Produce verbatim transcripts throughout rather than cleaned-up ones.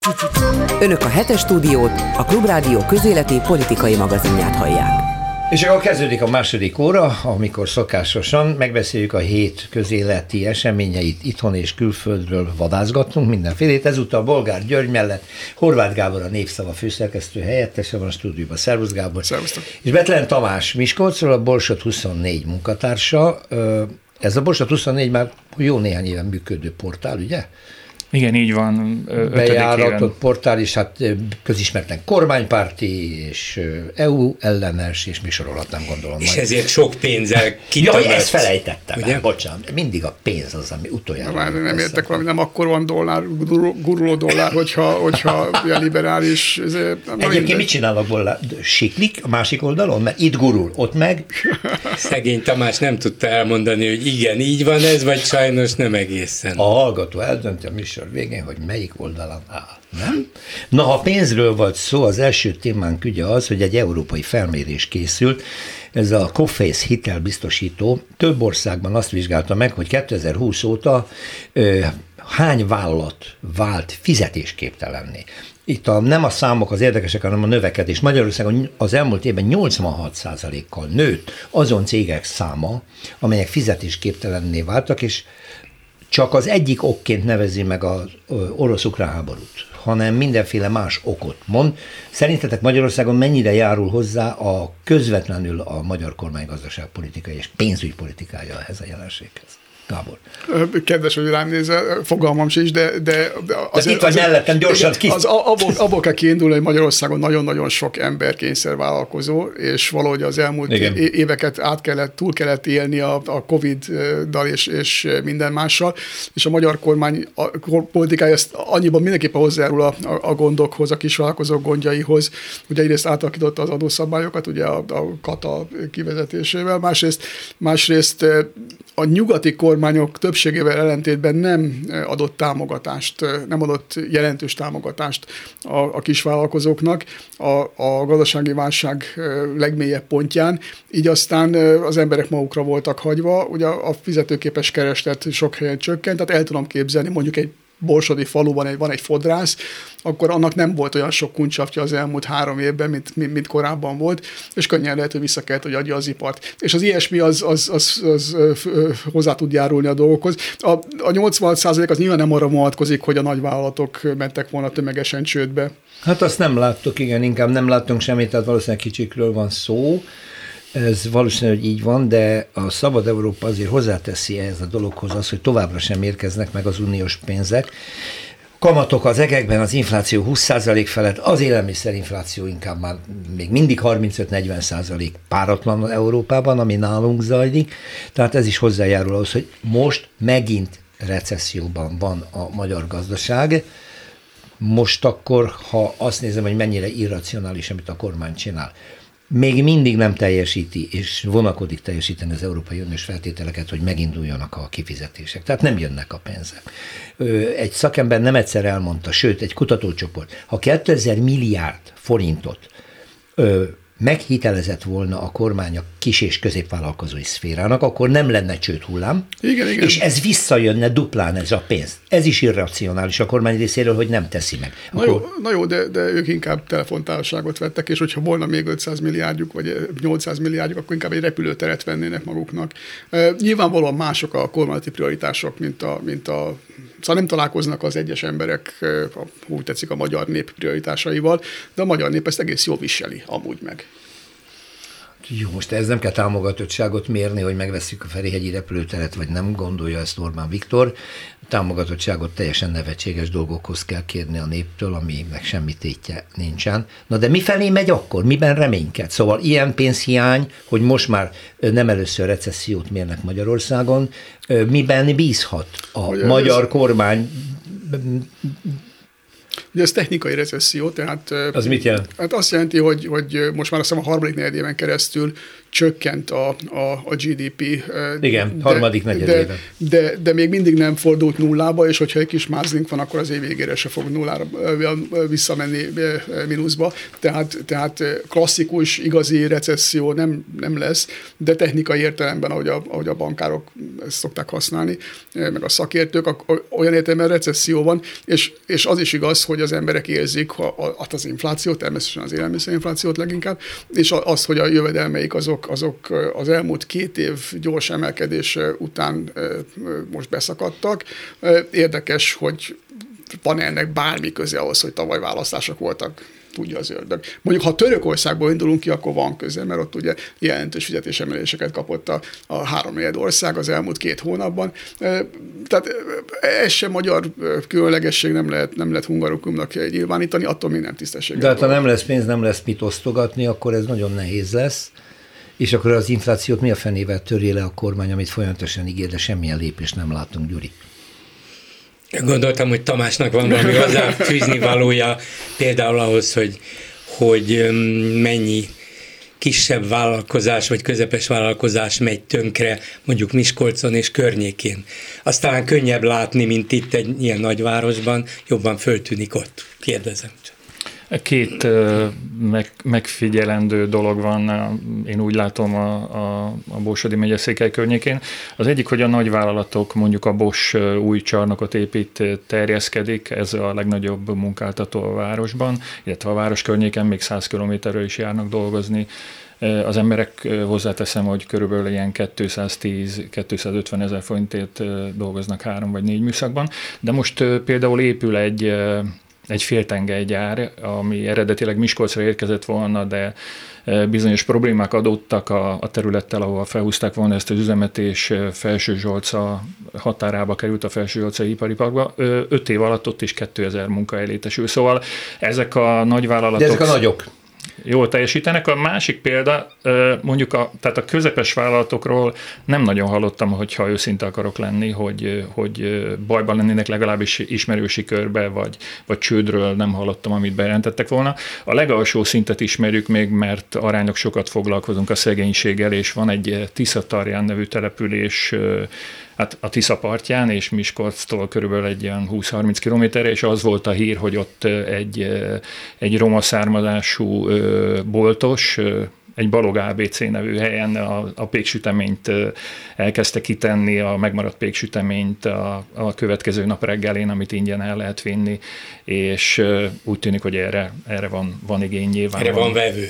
Önök a Hetes Stúdiót, a Klubrádió közéleti politikai magazinját hallják. És akkor kezdődik a második óra, amikor szokásosan megbeszéljük a hét közéleti eseményeit itthon és külföldről vadászgatunk mindenfélét. Ezúttal Bolgár György mellett Horváth Gábor, a Népszava főszerkesztő helyettese van a stúdióban. Szervusz Gábor. Szervusztok. És Bethlen Tamás Miskolcról, a Borsod huszonnégy munkatársa. Ez a Borsod huszonnégy már jó néhány éven működő portál, ugye? Igen, így van. Bejáratott portál, és hát közismerten kormánypárti, és é u ellenes, és mi sorolhatnám, gondolom. És majd. ezért sok pénzzel kitömött. Jaj, ezt felejtettem Ugye? el, bocsánat. Mindig a pénz az, ami utoljára. Már nem értek valami, nem akkor van dollár, guruló dollár, hogyha, hogyha ilyen liberális. Egyébként mit csinálnak bollár? Siklik a másik oldalon? Mert itt gurul, ott meg. Szegény Tamás nem tudta elmondani, hogy igen, így van ez, vagy sajnos nem egészen. A hallgató eldönti a műsor végén, hogy melyik oldalon áll. Nem? Na, ha pénzről volt szó, az első témánk ugye az, hogy egy európai felmérés készült. Ez a Coface hitelbiztosító több országban azt vizsgálta meg, hogy kétezer-húsz óta ö, hány vállalat vált fizetésképtelenné. Itt a, nem a számok az érdekesek, hanem a növekedés. Magyarországon az elmúlt évben nyolcvanhat százalékkal nőtt azon cégek száma, amelyek fizetésképtelenné váltak, és csak az egyik okként nevezi meg az orosz-ukrán háborút, hanem mindenféle más okot mond. Szerintetek Magyarországon mennyire járul hozzá a közvetlenül a magyar kormány gazdaságpolitikai és pénzügypolitikája ehhez a jelenséghez? Gábor. Kedves, hogy rám nézel, fogalmam sincs, de... de, de az itt vagy mellettem, gyorsan ki. Az abból, abból kell kiindulni, hogy Magyarországon nagyon-nagyon sok ember kényszervállalkozó, és valahogy az elmúlt Igen. éveket át kellett, túl kellett élni a, a Covid-dal és, és minden mással, és a magyar kormány a politikája ezt annyiban mindenképpen hozzájárul a, a gondokhoz, a kisvállalkozók gondjaihoz. Ugye egyrészt átalakította az adószabályokat, ugye a, a kata kivezetésével, másrészt, másrészt a nyugati kormányok többségével ellentétben nem adott támogatást, nem adott jelentős támogatást a, a kisvállalkozóknak a, a gazdasági válság legmélyebb pontján, így aztán az emberek magukra voltak hagyva, ugye a fizetőképes kereslet sok helyen csökkent, tehát el tudom képzelni mondjuk egy borsodi faluban egy, van egy fodrász, akkor annak nem volt olyan sok kuncsafja az elmúlt három évben, mint, mint, mint korábban volt, és könnyen lehet, hogy vissza kellett, hogy adja az ipart. És az ilyesmi az, az, az, az, az hozzá tud járulni a dolgokhoz. A, a nyolcvanhat százalék az nyilván nem arra vonatkozik, hogy a nagyvállalatok mentek volna tömegesen csődbe. Hát azt nem láttuk, igen, inkább nem láttunk semmit, tehát valószínűleg kicsikről van szó. Ez valószínű, hogy így van, de a Szabad Európa azért hozzáteszi ehhez a dologhoz az, hogy továbbra sem érkeznek meg az uniós pénzek. Kamatok az egekben, az infláció húsz százalék felett, az élelmiszerinfláció inkább már még mindig harmincöt-negyven százalék páratlan Európában, ami nálunk zajlik. Tehát ez is hozzájárul ahhoz, hogy most megint recesszióban van a magyar gazdaság. Most akkor, ha azt nézem, hogy mennyire irracionális, amit a kormány csinál, még mindig nem teljesíti, és vonakodik teljesíteni az Európai Uniós feltételeket, hogy meginduljanak a kifizetések. Tehát nem jönnek a pénzek. Egy szakember nem egyszer elmondta, sőt, egy kutatócsoport, ha kétezer milliárd forintot meghitelezett volna a kormány a kis- és középvállalkozói szférának, akkor nem lenne csődhullám, igen, igen. és ez visszajönne duplán ez a pénz. Ez is irracionális a kormány részéről, hogy nem teszi meg. Na, akkor... jó, na jó, de, de ők inkább telefontársaságot vettek, és hogyha volna még ötszáz milliárdjuk, vagy nyolcszáz milliárdjuk, akkor inkább egy repülőteret vennének maguknak. E, nyilvánvalóan mások a kormányzati prioritások, mint a, mint a Szóval nem találkoznak az egyes emberek, úgy tetszik, a magyar nép prioritásaival, de a magyar nép ezt egész jól viseli, amúgy meg. Jó, most ez nem kell támogatottságot mérni, hogy megvesszük a Ferihegyi repülőteret, vagy nem, gondolja ezt Orbán Viktor. Támogatottságot teljesen nevetséges dolgokhoz kell kérni a néptől, ami meg semmi tétje nincsen. Na de mifelé megy akkor? Miben reményked? Szóval ilyen pénzhiány, hogy most már nem először recessziót mérnek Magyarországon, miben bízhat a Ugye magyar ez... kormány? Ugye ez technikai recesszió, tehát... Az mit jelent? Hát azt jelenti, hogy, hogy most már azt hiszem a harmadik negyedében keresztül csökkent a, a, a gé dé pé. Igen, de, harmadik negyedében. De, de, de még mindig nem fordult nullába, és hogyha egy kis mázlink van, akkor az év végére se fog nullára visszamenni mínuszba. Tehát, tehát klasszikus, igazi recesszió nem, nem lesz, de technikai értelemben, ahogy a, ahogy a bankárok ezt szokták használni, meg a szakértők, olyan értelemben recesszió van, és, és az is igaz, hogy az emberek érzik az inflációt, természetesen az élelmiszerinflációt leginkább, és az, hogy a jövedelmeik azok, azok az elmúlt két év gyors emelkedés után most beszakadtak. Érdekes, hogy van ennek bármi köze ahhoz, hogy tavaly választások voltak, tudja az ördög. Mondjuk, ha Törökországból indulunk ki, akkor van köze, mert ott ugye jelentős fizetésemeléseket kapott a, a háromnegyed ország az elmúlt két hónapban. Tehát ez sem magyar különlegesség, nem lehet, nem lehet hungarokumnak nyilvánítani, attól még nem tisztességes. De hát, ha nem lesz pénz, nem lesz mit osztogatni, akkor ez nagyon nehéz lesz. És akkor az inflációt mi a fenével törje le a kormány, amit folyamatosan ígér, de semmilyen lépést nem látunk, Gyuri? Gondoltam, hogy Tamásnak van valami hozzáfűzni valója, például ahhoz, hogy, hogy mennyi kisebb vállalkozás vagy közepes vállalkozás megy tönkre, mondjuk Miskolcon és környékén. Azt talán könnyebb látni, mint itt egy ilyen nagyvárosban, jobban föltűnik ott. Kérdezem csak. Két meg, megfigyelendő dolog van, én úgy látom a, a, a Borsodi megyeszékhely környékén. Az egyik, hogy a nagyvállalatok, mondjuk a Bosch új csarnokot épít, terjeszkedik, ez a legnagyobb munkáltató a városban, illetve a város környéken még száz kilométerről is járnak dolgozni. Az emberek, hozzáteszem, hogy körülbelül ilyen kétszáztíz-kétszázötven ezer forintért dolgoznak három vagy négy műszakban, de most például épül egy egy féltengelygyár, ami eredetileg Miskolcra érkezett volna, de bizonyos problémák adottak a, a területtel, ahol felhúzták volna ezt az üzemet, és Felsőzsolca határába került a Felsőzsolcai ipari parkba. Öt év alatt ott is kétezer munkahely létesül. Szóval ezek a nagyvállalatok... De ezek a nagyok. Jól teljesítenek. A másik példa, mondjuk a, tehát a közepes vállalatokról nem nagyon hallottam, hogyha őszinte akarok lenni, hogy, hogy bajban lennének legalábbis ismerősi körbe, vagy, vagy csődről nem hallottam, amit bejelentettek volna. A legalsó szintet ismerjük még, mert aránylag sokat foglalkozunk a szegénységgel, és van egy Tiszatarján nevű település, hát a Tisza partján, és Miskolctól körülbelül egy ilyen húsz-harminc kilométerre, és az volt a hír, hogy ott egy, egy roma származású boltos, egy Balog á bé cé nevű helyen a, a péksüteményt elkezdte kitenni, a megmaradt péksüteményt a, a következő nap reggelén, amit ingyen el lehet vinni, és úgy tűnik, hogy erre, erre van, van igény nyilván. Erre van, van vevő.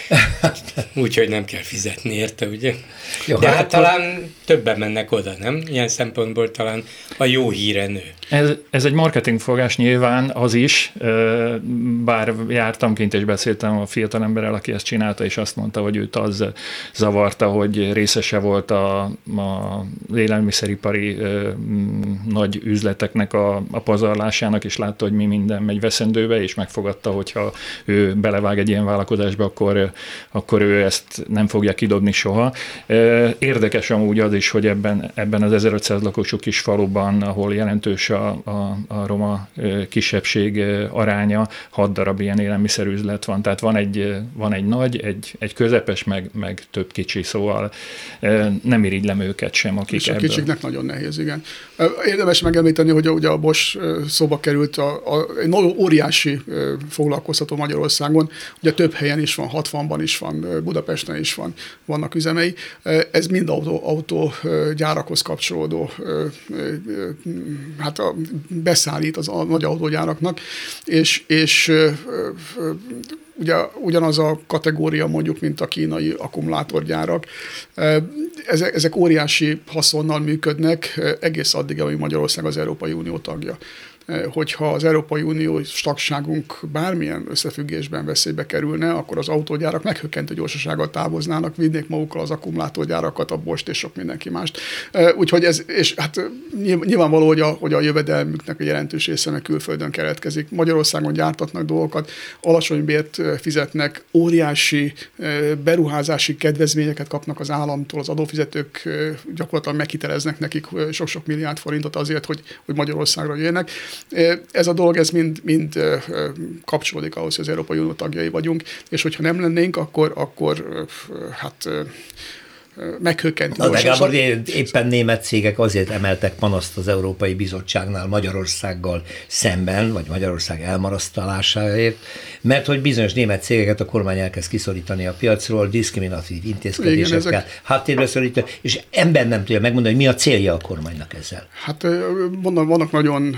Úgyhogy nem kell fizetni érte, ugye? Jó, de hát, hát talán többen mennek oda, nem? Ilyen szempontból talán a jó híre nő. Ez, ez egy marketingfogás nyilván, az is, bár jártam kint és beszéltem a fiatalemberrel, aki ezt csinálta, és azt mondta, hogy őt az zavarta, hogy részese volt a, a élelmiszeripari ö, nagy üzleteknek a, a pazarlásának, és látta, hogy mi minden megy veszendőbe, és megfogadta, hogyha ő belevág egy ilyen vállalkozásba, akkor, akkor ő ezt nem fogja kidobni soha. Érdekes amúgy az is, hogy ebben, ebben az ezerötszáz lakosú kis faluban, ahol jelentős a, a, a roma kisebbség aránya, hat darab ilyen élelmiszerüzlet van. Tehát van egy, van egy nagy, egy, egy közepes, meg, meg több kicsi, szóval nem irigylem őket sem, akik és a ebből... kicsiknek nagyon nehéz, igen. Érdemes megemlíteni, hogy ugye a Bosch szóba került a, a, egy óriási foglalkoztató Magyarországon, ugye több helyen is van, hatvanban is van, Budapesten is van, vannak üzemei. Ez mind autó, autógyárakhoz kapcsolódó, hát a, beszállít az a nagy autógyáraknak, és, és ugye ugyanaz a kategória mondjuk, mint a kínai akkumulátorgyárak. Ezek, ezek óriási haszonnal működnek egész addig, amíg Magyarország az Európai Unió tagja. Hogyha az Európai Uniós tagságunk bármilyen összefüggésben veszélybe kerülne, akkor az autógyárak meghökkentő gyorsasággal távoznának, vinnék magukkal az akkumulátorgyárakat, a Bosch-t és sok mindenki mást. Úgyhogy ez, és hát nyilvánvaló, hogy a, hogy a jövedelmüknek a jelentős része meg külföldön keletkezik. Magyarországon gyártatnak dolgokat, alacsony bért fizetnek, óriási beruházási kedvezményeket kapnak az államtól, az adófizetők gyakorlatilag meghiteleznek nekik sok-sok milliárd forintot azért, hogy, hogy Magyarországra jöjjenek. Ez a dolog, ez mind, mind kapcsolódik ahhoz, hogy az Európai Unió tagjai vagyunk, és hogyha nem lennénk, akkor, akkor hát meghökkent. Na, legalább éppen német cégek azért emeltek panaszt az Európai Bizottságnál Magyarországgal szemben, vagy Magyarország elmarasztalásáért, mert hogy bizonyos német cégeket a kormány elkezd kiszorítani a piacról, diszkriminatív intézkedésekkel, háttérbe szorítani, és ember nem tudja megmondani, hogy mi a célja a kormánynak ezzel. Hát mondom, vannak nagyon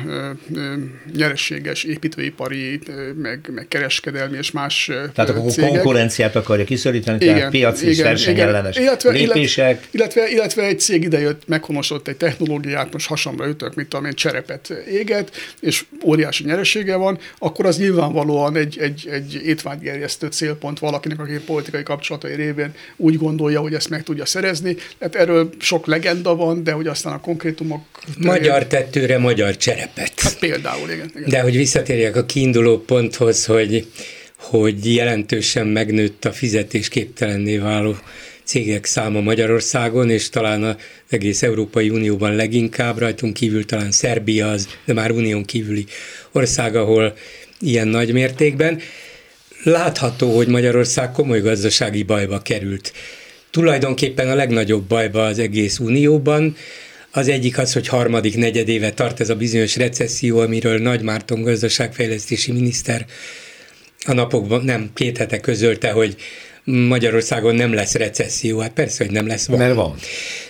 nyereséges építőipari, meg, meg kereskedelmi és más Tehát akkor cégek. Konkurenciát akarja kiszorítani, igen, tehát piaci és versenyellenes lépések. Illetve, illetve egy cég idejött, meghonosodott egy technológiát, most hasamra ütök, mint amilyen cserepet éget, és óriási nyeresége van, akkor az nyilvánvalóan egy, egy, egy étvágygerjesztő célpont valakinek, aki politikai kapcsolatai révén úgy gondolja, hogy ezt meg tudja szerezni. Hát erről sok legenda van, de hogy aztán a konkrétumok... Magyar tettőre magyar cserepet. Hát például, igen. igen. De hogy visszatérjek a kiinduló ponthoz, hogy, hogy jelentősen megnőtt a fizetésképtelenné váló cégek száma Magyarországon, és talán az egész Európai Unióban leginkább, rajtunk kívül talán Szerbia az, de már unión kívüli ország, ahol ilyen nagy mértékben. Látható, hogy Magyarország komoly gazdasági bajba került. Tulajdonképpen a legnagyobb bajba az egész Unióban. Az egyik az, hogy harmadik negyedéve tart ez a bizonyos recesszió, amiről Nagy Márton gazdaságfejlesztési miniszter a napokban, nem, két hete közölte, hogy Magyarországon nem lesz recesszió. Hát persze, hogy nem lesz. Van. Mert van.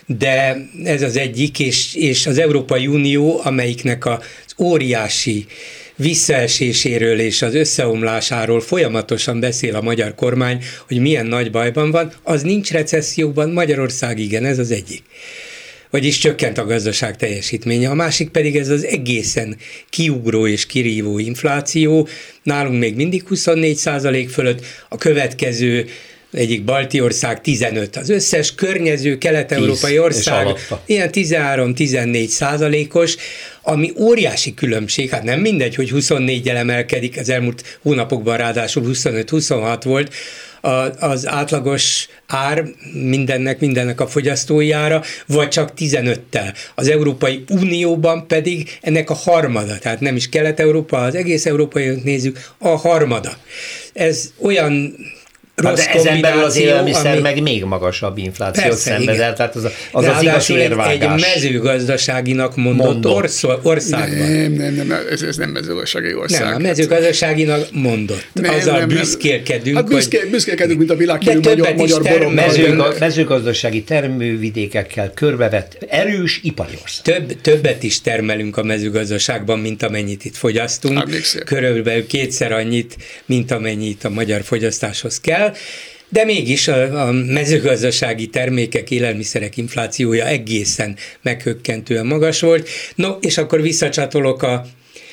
De ez az egyik, és, és az Európai Unió, amelyiknek az óriási visszaeséséről és az összeomlásáról folyamatosan beszél a magyar kormány, hogy milyen nagy bajban van, az nincs recesszióban, Magyarország igen, ez az egyik. Vagyis csökkent a gazdaság teljesítménye. A másik pedig ez az egészen kiugró és kirívó infláció, nálunk még mindig huszonnégy százalék fölött, a következő egyik balti ország tizenöt. Az összes környező kelet-európai ország ilyen tizenhárom-tizennégy százalékos, ami óriási különbség, hát nem mindegy, hogy huszonnégyel emelkedik, az elmúlt hónapokban ráadásul huszonöt-huszonhat volt, az átlagos ár mindennek, mindennek a fogyasztói ára, vagy csak tizenöttel. Az Európai Unióban pedig ennek a harmada, tehát nem is Kelet-Európa, az egész Európai Uniót nézzük, a harmada. Ez olyan rossz de ezen belül az élelmiszer ami... meg még magasabb inflációt szenved el, tehát az, az, az igazi egy érvágás. mezőgazdaságinak mondott, mondott. Orsz- országban. Nem, nem, nem, ez, ez nem mezőgazdasági ország. Nem, a mezőgazdaságinak mondott. Nem, Azzal nem, büszkélkedünk. Hát büszké, hogy... büszkélkedünk, mint a világhírű magyar, magyar borom. Mezőg, mezőgazdasági termővidékekkel körbevett erős ipari ország. Több, többet is termelünk a mezőgazdaságban, mint amennyit itt fogyasztunk. Hát, körülbelül kétszer annyit, mint amennyit a magyar fogyasztáshoz kell. De mégis a, a mezőgazdasági termékek, élelmiszerek inflációja egészen meghökkentően magas volt. No, és akkor visszacsatolok a,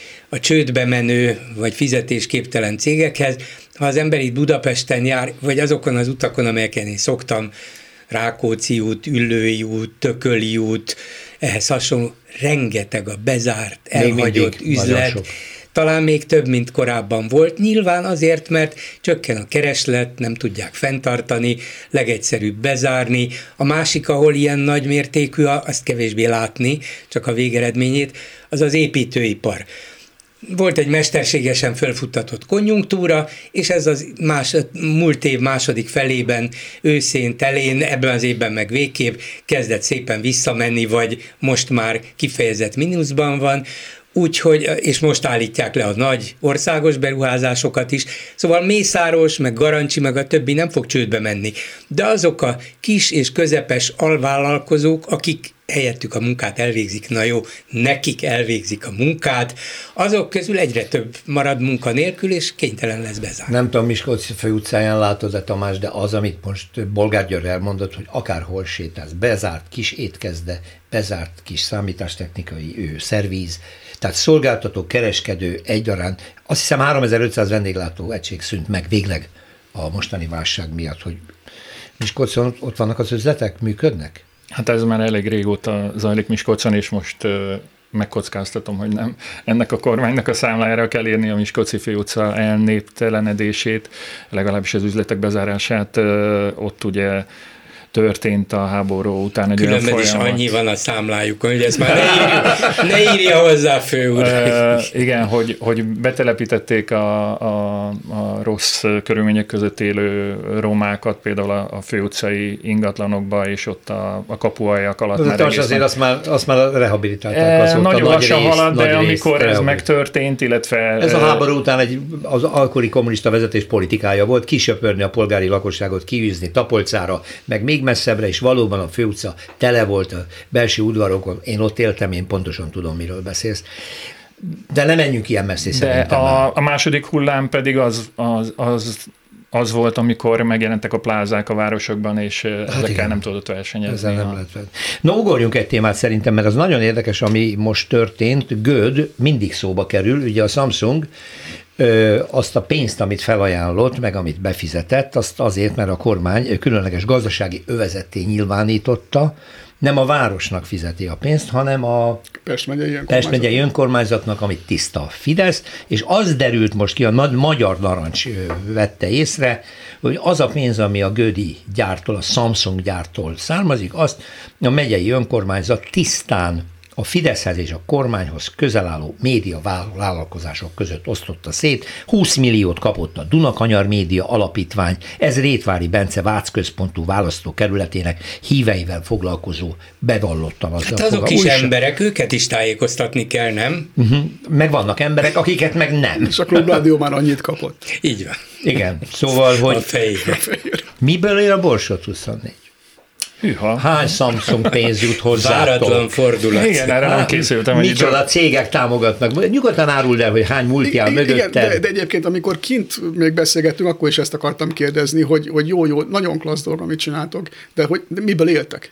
a csődbe menő, vagy fizetésképtelen cégekhez. Ha az ember itt Budapesten jár, vagy azokon az utakon, amelyeken én szoktam, Rákóczi út, Üllői út, Tököli út, ehhez hasonló, rengeteg a bezárt, elhagyott üzlet, talán még több, mint korábban volt. Nyilván azért, mert csökken a kereslet, nem tudják fenntartani, legegyszerűbb bezárni. A másik, ahol ilyen nagy mértékű, azt kevésbé látni, csak a végeredményét, az az építőipar. Volt egy mesterségesen felfuttatott konjunktúra, és ez az más, múlt év második felében, őszén, telén, ebben az évben meg végképp kezdett szépen visszamenni, vagy most már kifejezett mínuszban van. Úgyhogy, és most állítják le a nagy országos beruházásokat is, szóval Mészáros, meg Garancsi, meg a többi nem fog csődbe menni. De azok a kis és közepes alvállalkozók, akik helyettük a munkát elvégzik, na jó, nekik elvégzik a munkát, azok közül egyre több marad munka nélkül, és kénytelen lesz bezárni. Nem tudom, Miskolci főutcáján látod-e, Tamás, de az, amit most Bolgár György elmondott, hogy akárhol sétálsz, bezárt kis étkezde, bezárt kis számítástechnikai ő, szervíz, tehát szolgáltató, kereskedő egyaránt, azt hiszem háromezer-ötszáz vendéglátó egység szűnt meg végleg a mostani válság miatt, hogy Miskolcon ott vannak az üzletek, működnek? Hát ez már elég régóta zajlik Miskolcon, és most uh, megkockáztatom, hogy nem. Ennek a kormánynak a számlájára kell írni a Miskolci főutca elnéptelenedését, legalábbis az üzletek bezárását. Uh, ott ugye történt a háború után. Egy Különben olyan is folyamat. annyi van a számlájukon, hogy ezt már ne írja, ne írja hozzá, főúr. Uh, igen, hogy, hogy betelepítették a, a, a rossz körülmények között élő romákat, például a, a főutcai ingatlanokba, és ott a, a kapualjak alatt. De már azért azt már, azt már rehabilitálták. E, nagyon nagy lassan rész, halad, de amikor ez rész, megtörtént, illetve... Ez a háború után egy, az akkori kommunista vezetés politikája volt, kisöpörni a polgári lakosságot, kiűzni Tapolcára, meg még messzebbre, és valóban a főutca tele volt a belső udvarokon. Én ott éltem, én pontosan tudom, miről beszélsz. De nem menjünk ilyen messzi De szerintem. a, a második hullám pedig az, az, az, az volt, amikor megjelentek a plázák a városokban, és hát ezekkel igen, nem tudott versenyezni. Ezzel nem lehet. Na, ugorjunk egy témát szerintem, mert az nagyon érdekes, ami most történt. Göd mindig szóba kerül, ugye a Samsung ö, azt a pénzt, amit felajánlott, meg amit befizetett, azt azért, mert a kormány különleges gazdasági övezetté nyilvánította, nem a városnak fizeti a pénzt, hanem a Pest megyei önkormányzat. Pest megyei önkormányzatnak, amit tiszta a Fidesz, és az derült most ki, a nagy magyar narancs vette észre, hogy az a pénz, ami a Gödi gyártól, a Samsung gyártól származik, azt a megyei önkormányzat tisztán a Fideszhez és a kormányhoz közel álló média vállalkozások között osztotta szét. húsz milliót kapott a Dunakanyar Média Alapítvány, ez Rétvári Bence Vác központú választókerületének híveivel foglalkozó bevallottan. Az hát azok is újság. Emberek, őket is tájékoztatni kell, nem? Uh-huh. Meg vannak emberek, akiket meg nem. És a Klubrádió már annyit kapott. Így van. Igen, szóval, hogy a fejére. Miből él a Borsod huszonnégy? Hűha. Hány Samsung pénz jut hozzá? Váratlan fordulat. Igen, erre nem készültem. Micsoda cégek támogatnak. Nyugodtan áruld el, hogy hány multi áll mögötted. De, de egyébként, amikor kint még beszélgettünk, akkor is ezt akartam kérdezni, hogy, hogy jó, jó, nagyon klassz dolog, amit csináltok, de hogy de miből éltek?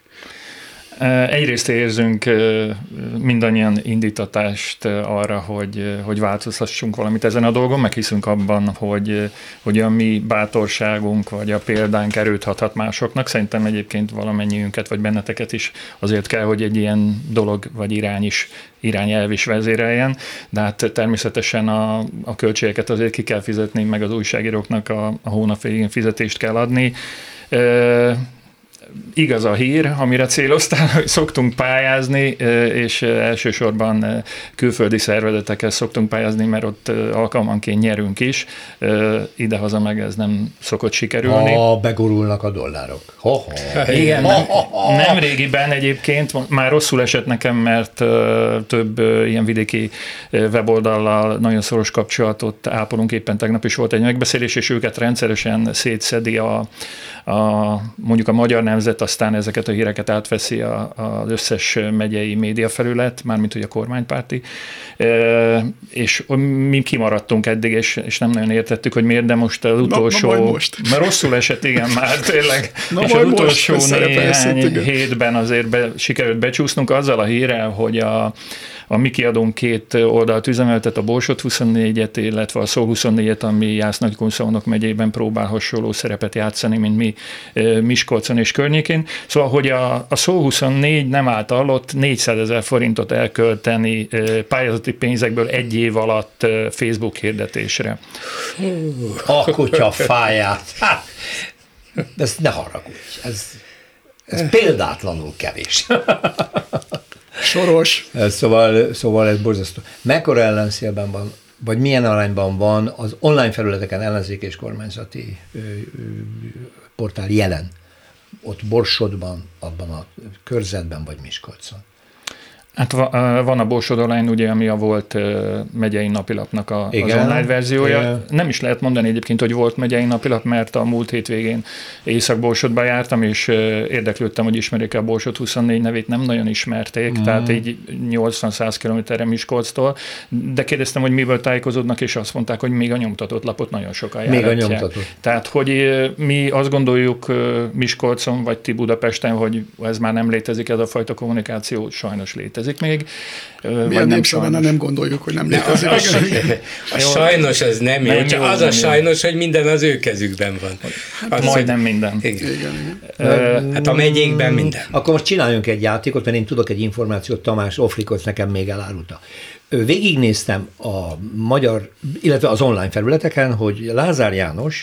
Egyrészt érzünk mindannyian indítatást arra, hogy, hogy változtassunk valamit ezen a dolgon, meg hiszünk abban, hogy, hogy a mi bátorságunk vagy a példánk erőt hathat másoknak. Szerintem egyébként valamennyiünket vagy benneteket is azért kell, hogy egy ilyen dolog vagy irány is, irányelv is vezéreljen, de hát természetesen a, a költségeket azért ki kell fizetni, meg az újságíróknak a, a hónap végén fizetést kell adni. Igaz a hír, amire céloztál, hogy szoktunk pályázni, és elsősorban külföldi szervezetekhez szoktunk pályázni, mert ott alkalmanként nyerünk is. Idehaza meg ez nem szokott sikerülni. Ha begurulnak a dollárok. Ha, ha. Igen, nem, nem régiben egyébként, már rosszul esett nekem, mert több ilyen vidéki weboldallal nagyon szoros kapcsolatot ápolunk, éppen tegnap is volt egy megbeszélés, és őket rendszeresen szétszedi a, a mondjuk a Magyar Nemzet, aztán ezeket a híreket átveszi a, az összes megyei médiafelület, mármint hogy a kormánypárti, e, és mi kimaradtunk eddig, és, és nem nagyon értettük, hogy miért, de most az utolsó, na, na most. mert rosszul esett, igen, már tényleg, na, és az utolsó most, néhány hétben azért be, sikerült becsúsznunk azzal a hírrel, hogy a A mi kiadónk két oldalt üzemeltet, a Borsod huszonnégyet, illetve a Szó huszonnégyet, ami Jász-Nagykunszolnok megyében próbál hasonló szerepet játszani, mint mi Miskolcon és környékén. Szóval, hogy a, a Szó huszonnégy nem állt alatt négyszázezer forintot elkölteni pályázati pénzekből egy év alatt Facebook hirdetésre. A kutya fáját. Hát, ez ne haragudj. Ez, ez példátlanul kevés. Soros. Szóval, szóval ez borzasztó. Mekkora ellenszélben van, vagy milyen arányban van az online felületeken ellenzék és kormányzati ö, ö, portál jelen? Ott Borsodban, abban a körzetben, vagy Miskolcon? Hát van a Borsod Online, ugye, ami a volt megyei napilapnak a, az online verziója. Igen. Nem is lehet mondani egyébként, hogy volt megyei napilap, mert a múlt hétvégén Észak-Borsodba jártam, és érdeklődtem, hogy ismerik-e a Borsod huszonnégy nevét, nem nagyon ismerték, mm. tehát így nyolcvan-száz kilométerre Miskolctól, de kérdeztem, hogy miből tájékozódnak, és azt mondták, hogy még a nyomtatott lapot nagyon sokan járatják. Még a nyomtatott. Tehát, hogy mi azt gondoljuk Miskolcon, vagy ti Budapesten, hogy ez már nem létezik, ez a fajta kommunikáció, sajnos létezik még. Milyen népszavannal nem gondoljuk, hogy nem létezik. A, a sajnos az nem jó, csak az a sajnos, hogy minden az ő kezükben van. Az, majdnem minden. Igen. Igen, igen. Hát a megyékben minden. Akkor most csináljunk egy játékot, mert én tudok egy információt, Tamás Ofrikoc nekem még elárulta. Végignéztem a magyar, illetve az online felületeken, hogy Lázár János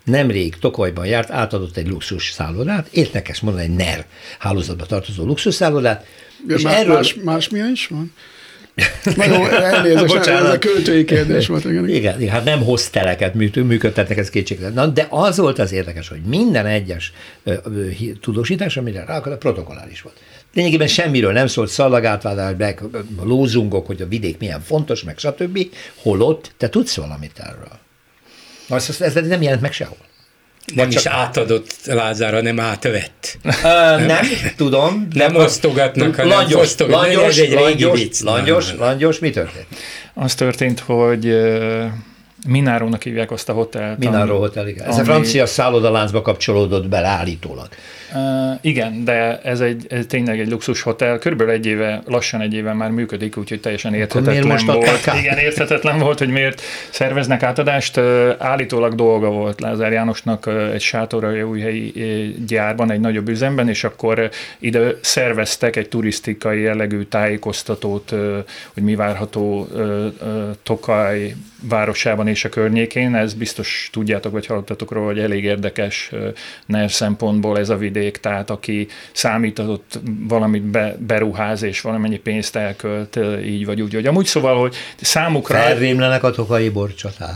nemrég Tokajban járt, átadott egy luxus szállodát, érdekes mondani, egy NER hálózatba tartozó luxus szállodát, de és más, erről... más, más milyen is van? Na jó, elnézést, ez a költői kérdés volt. Igen, igen, igen, hát nem hosteleket működtetnek, ez kétségtelen. Na, de az volt az érdekes, hogy minden egyes ö, ö, tudósítás, amire rá akar, protokolláris volt. Lényegében semmiről nem szólt, szallagátvállás, lózungok, hogy a vidék milyen fontos, meg stb. Holott te tudsz valamit erről. Azt, ez nem jelent meg sehol. Nem is átadott Lázár, hanem átvett. Uh, nem, tudom. Nem osztogatnak, hanem langyos, osztogatnak. Langyos, ez egy régi langyos, vicc. langyos, langyos, mi történt? Az történt, hogy uh, Minnárónak hívják azt a hotelt. Mináró hotel, igen. Ez ami... a francia szállodaláncba kapcsolódott bele állítólag. Uh, igen, de ez, egy, ez tényleg egy luxus hotel. Körülbelül egy éve, lassan egy éve már működik, úgyhogy teljesen érthetetlen most volt. Igen, érthetetlen volt, hogy miért szerveznek átadást. Uh, állítólag dolga volt Lázár Jánosnak uh, egy sátoraljaújhelyi uh, gyárban, egy nagyobb üzemben, és akkor uh, ide szerveztek egy turisztikai jellegű tájékoztatót, uh, hogy mi várható uh, uh, Tokaj városában és a környékén. Ez biztos tudjátok, vagy hallottatok róla, hogy elég érdekes uh, NER szempontból ez a vidék. Tehát aki számított valamit be, beruház és valamennyi pénzt elkölt, így vagy úgy, hogy amúgy szóval, hogy számukra... Felrémlenek a tokai borcsaták.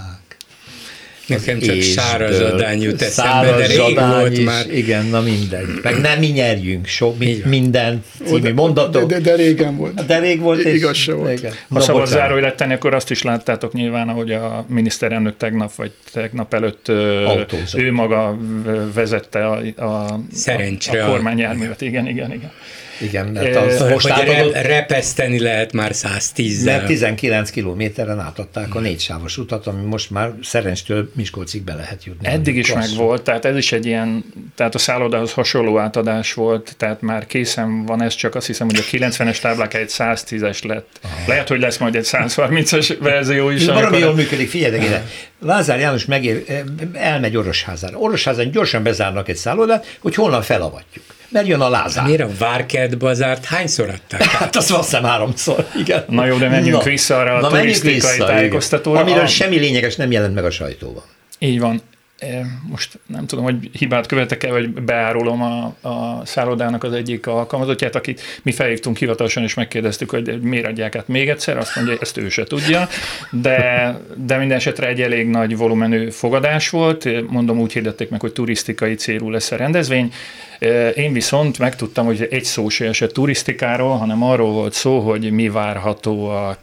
Nekem csak szárazadány jut eszembe, de rég volt már. Igen, na mindegy. Meg nem mi nyerjünk sok, minden című mondatok. De, de, de régen volt. De rég volt. És igaz se volt. Igen. Ha szabad zárójelet tenni, akkor azt is láttátok nyilván, ahogy a miniszterelnök tegnap vagy tegnap előtt autózott. Ő maga vezette a, a, Szerencsre a, a kormányjárművet. Igen, igen, igen. Igen, mert az e, most átadott, repeszteni lehet már száztízzel. Mert tizenkilenc kilométeren átadták a négysávos utat, ami most már Szerencstől Miskolcig be lehet jutni. Eddig is meg volt, tehát ez is egy ilyen, tehát a szállodához hasonló átadás volt, tehát már készen van ez, csak azt hiszem, hogy a kilencvenes táblák egy száztízes lett. Aha. Lehet, hogy lesz majd egy százharmincas verzió is. Valami jól működik, figyelj ide. Lázár János megér, elmegy Orosházára. Orosházán gyorsan bezárnak egy szállodát, hogy holnap felavatjuk. Mert jön a Lázár. Miért a Várkert bazárt hányszor adták? Hát azt azt hiszem háromszor, igen. Na jó, de menjünk na, vissza arra a turisztikai tájékoztatóra. Amiről a... semmi lényeges nem jelent meg a sajtóban. Így van. Most nem tudom, hogy hibát követek el, vagy beárulom a, a szállodának az egyik alkalmazottját, akit mi felhívtunk hivatalosan, és megkérdeztük, hogy miért adják át még egyszer, azt mondja, ezt ő se tudja, de, de minden esetre egy elég nagy volumenű fogadás volt, mondom, úgy hirdették meg, hogy turisztikai célú lesz a rendezvény. Én viszont megtudtam, hogy egy szó se esett turisztikáról, hanem arról volt szó, hogy mi várható a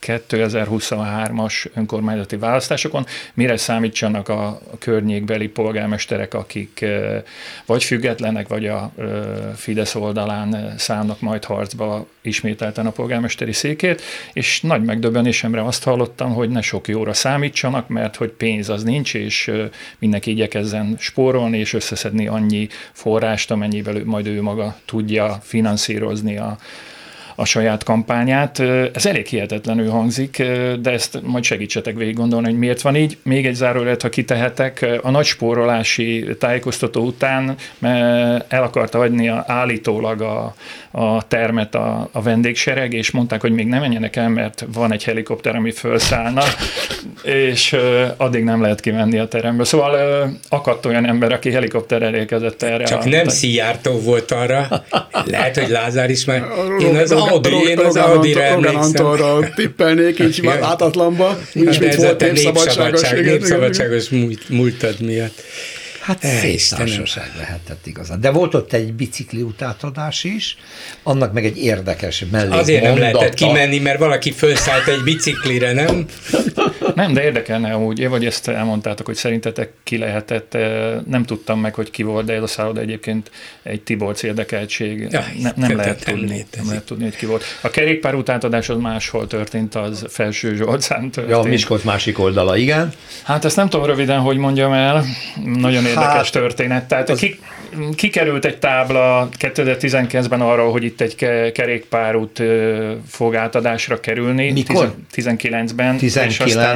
kétezer-huszonhármas önkormányzati választásokon, mire számítsanak a, a környékbeli polgármesterek, akik e, vagy függetlenek, vagy a e, Fidesz oldalán szállnak majd harcba ismételten a polgármesteri székét, és nagy megdöbbenésemre azt hallottam, hogy ne sok jóra számítsanak, mert hogy pénz az nincs, és e, mindenki igyekezzen spórolni, és összeszedni annyi forrást, amennyivel majd ő maga tudja finanszírozni a a saját kampányát. Ez elég hihetetlenül hangzik, de ezt majd segítsetek végig gondolni, hogy miért van így. Még egy zárójelet, ha kitehetek, a nagy spórolási tájékoztató után el akarta adni a, állítólag a, a termet a, a vendégsereg, és mondták, hogy még nem menjenek el, mert van egy helikopter, ami felszállna, és addig nem lehet kimenni a teremből. Szóval akadt olyan ember, aki helikopterrel érkezett erre. Csak a, nem a... Szijjártó volt arra. Lehet, hogy Lázár is már... Én az Audi, én az Audira emlékszem. Rogan Antonra tippelnék, így átatlanba. Nincs mit volt népszabadságos. Népszabadságos múltad miatt. Hát szétszársaság lehetett igazán. De volt ott egy bicikli utátadás is, annak meg egy érdekes mellékmondata. Azért nem lehetett kimenni, mert valaki felszállt egy biciklire, nem? Nem, de érdekelne amúgy, vagy ezt elmondtátok, hogy szerintetek ki lehetett, nem tudtam meg, hogy ki volt, de ez a szálloda egyébként egy Tiborcs érdekeltség. Ja, ne, nem, lehet tudni, nem lehet tudni, hogy ki volt. A kerékpár utátadás az máshol történt, az Felső Zsolcán történt. Ja, a Miskolc másik oldala, igen. Hát ezt nem tudom röviden, hogy mondjam el. Nagyon érdekes hát, történet. Tehát az... ki, kikerült egy tábla kétezer-tizenkilencben arról, hogy itt egy kerékpárút fog átadásra kerülni. Mikor? tizenkilencben. tizenkilencben.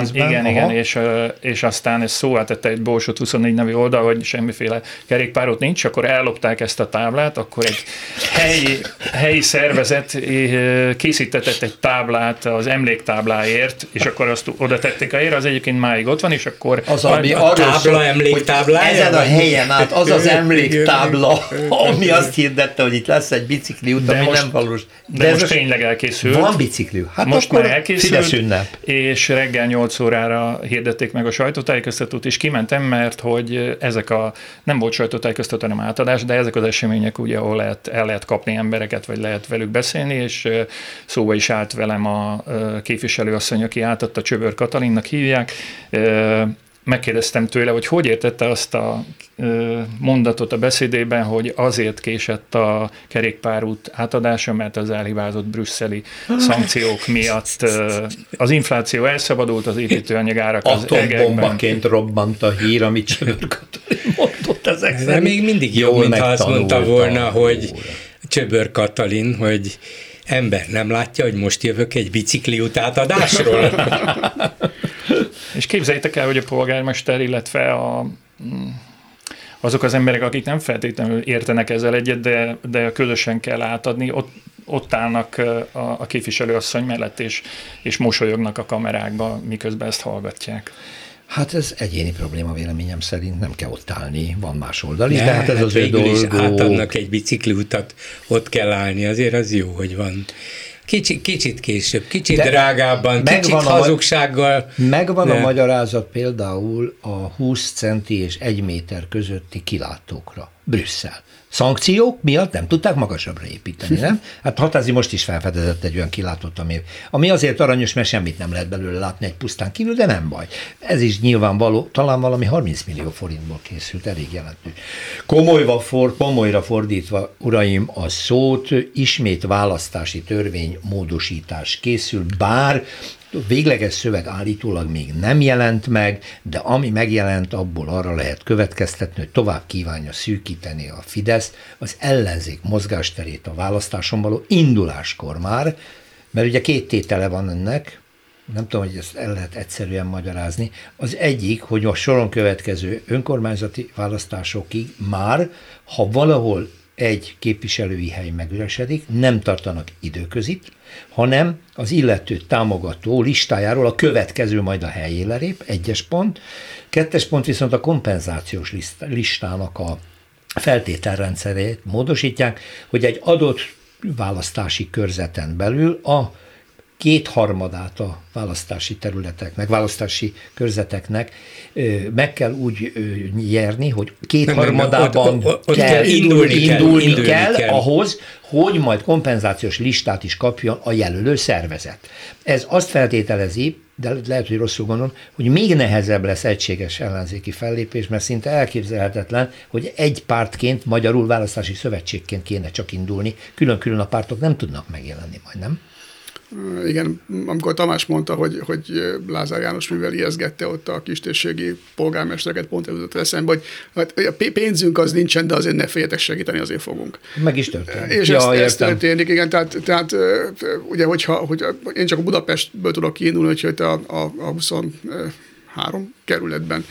igen, igen, igen, és, és aztán ez szóvá tette egy Borsod huszonnégy nevű oldal, hogy semmiféle kerékpárút nincs, akkor ellopták ezt a táblát, akkor egy helyi, helyi szervezet készítetett egy táblát az emléktábláért, és akkor azt oda tették a helyre, az egyébként máig ott van, és akkor... Az, ami a tábla emléktáblája? Ezen a helyen át az az emléktábla, ami azt hirdette, hogy itt lesz egy bicikliút, ami most, nem valós. De, de most tényleg elkészült. Van bicikli. Hát most már elkészült, és reggel nyolc órára hirdették meg a sajtótájékoztatót, és kimentem, mert hogy ezek a, nem volt sajtótájékoztató, hanem átadás, de ezek az események, ugye, ahol lehet, el lehet kapni embereket, vagy lehet velük beszélni, és szóba is állt velem a képviselőasszony, aki átadta, Csöbör Katalinnak hívják. Megkérdeztem tőle, hogy hogy értette azt a mondatot a beszédében, hogy azért késett a kerékpárút átadása, mert az elhibázott brüsszeli szankciók miatt az infláció elszabadult, az építőanyagárak az egekben. Atombombaként robbant a hír, amit Csöbör Katalin mondott ezek szerint. De még mindig jobb, mintha azt mondta volna, hogy Csöbör Katalin, hogy ember nem látja, hogy most jövök egy bicikliút átadásról. És képzeljétek el, hogy a polgármester, illetve a, azok az emberek, akik nem feltétlenül értenek ezzel egyet, de, de közösen kell átadni, ott, ott állnak a, a képviselőasszony mellett, és, és mosolyognak a kamerákba, miközben ezt hallgatják. Hát ez egyéni probléma véleményem szerint, nem kell ott állni, van más oldal is, ne, de hát ez hát az ő dolgok. Átadnak egy bicikliutat, ott kell állni, azért az jó, hogy van. Kicsit, kicsit később, kicsit de drágábban, kicsit hazugsággal. Megvan de... a magyarázat például a húsz centi és egy méter közötti kilátókra. Brüsszel. Szankciók miatt nem tudták magasabbra építeni, nem? Hát Hatázi most is felfedezett egy olyan kilátót, ami, ami azért aranyos, mert semmit nem lehet belőle látni egy pusztán kívül, de nem baj. Ez is nyilvánvaló, talán valami harminc millió forintból készült, elég jelentős. Komolyra, for, komolyra fordítva, uraim, a szót, ismét választási törvény módosítás készül, bár végleges szöveg állítólag még nem jelent meg, de ami megjelent, abból arra lehet következtetni, hogy tovább kívánja szűkíteni a Fidesz az ellenzék mozgásterét a választáson való induláskor már, mert ugye két tétele van ennek, nem tudom, hogy ezt el lehet egyszerűen magyarázni. Az egyik, hogy a soron következő önkormányzati választásokig már, ha valahol egy képviselői hely megüresedik, nem tartanak időközit, hanem az illető támogató listájáról a következő majd a helyére lép, egyes pont. Kettes pont viszont a kompenzációs listának a feltételrendszerét módosítják, hogy egy adott választási körzeten belül a kétharmadát a választási területeknek, választási körzeteknek meg kell úgy nyerni, hogy kétharmadában kell, kell indulni, indulni, indulni kell, kell ahhoz, hogy majd kompenzációs listát is kapjon a jelölő szervezet. Ez azt feltételezi, de lehet, hogy rosszul gondolom, hogy még nehezebb lesz egységes ellenzéki fellépés, mert szinte elképzelhetetlen, hogy egy pártként, magyarul választási szövetségként kéne csak indulni, külön-külön a pártok nem tudnak megjelenni majd, nem? Igen, amikor Tamás mondta, hogy, hogy Lázár János mivel ijeszgette ott a kistérségi polgármestereket, pont ez jutott eszembe, hogy hát a pénzünk az nincsen, de azért ne féljetek segíteni, azért fogunk. Meg is történik. És ja, ez, ez történik, igen, tehát, tehát ugye, hogyha hogy én csak a Budapestből tudok kiindulni, hogy a, a, a huszonhárom kerületben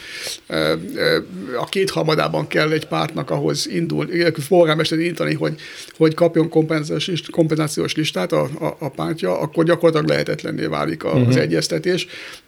a kétharmadában kell egy pártnak ahhoz indul, polgármester indítani, hogy, hogy kapjon kompenzációs, kompenzációs listát a, a, a pártja, akkor gyakorlatilag lehetetlenné válik az uh-huh. egyeztetés.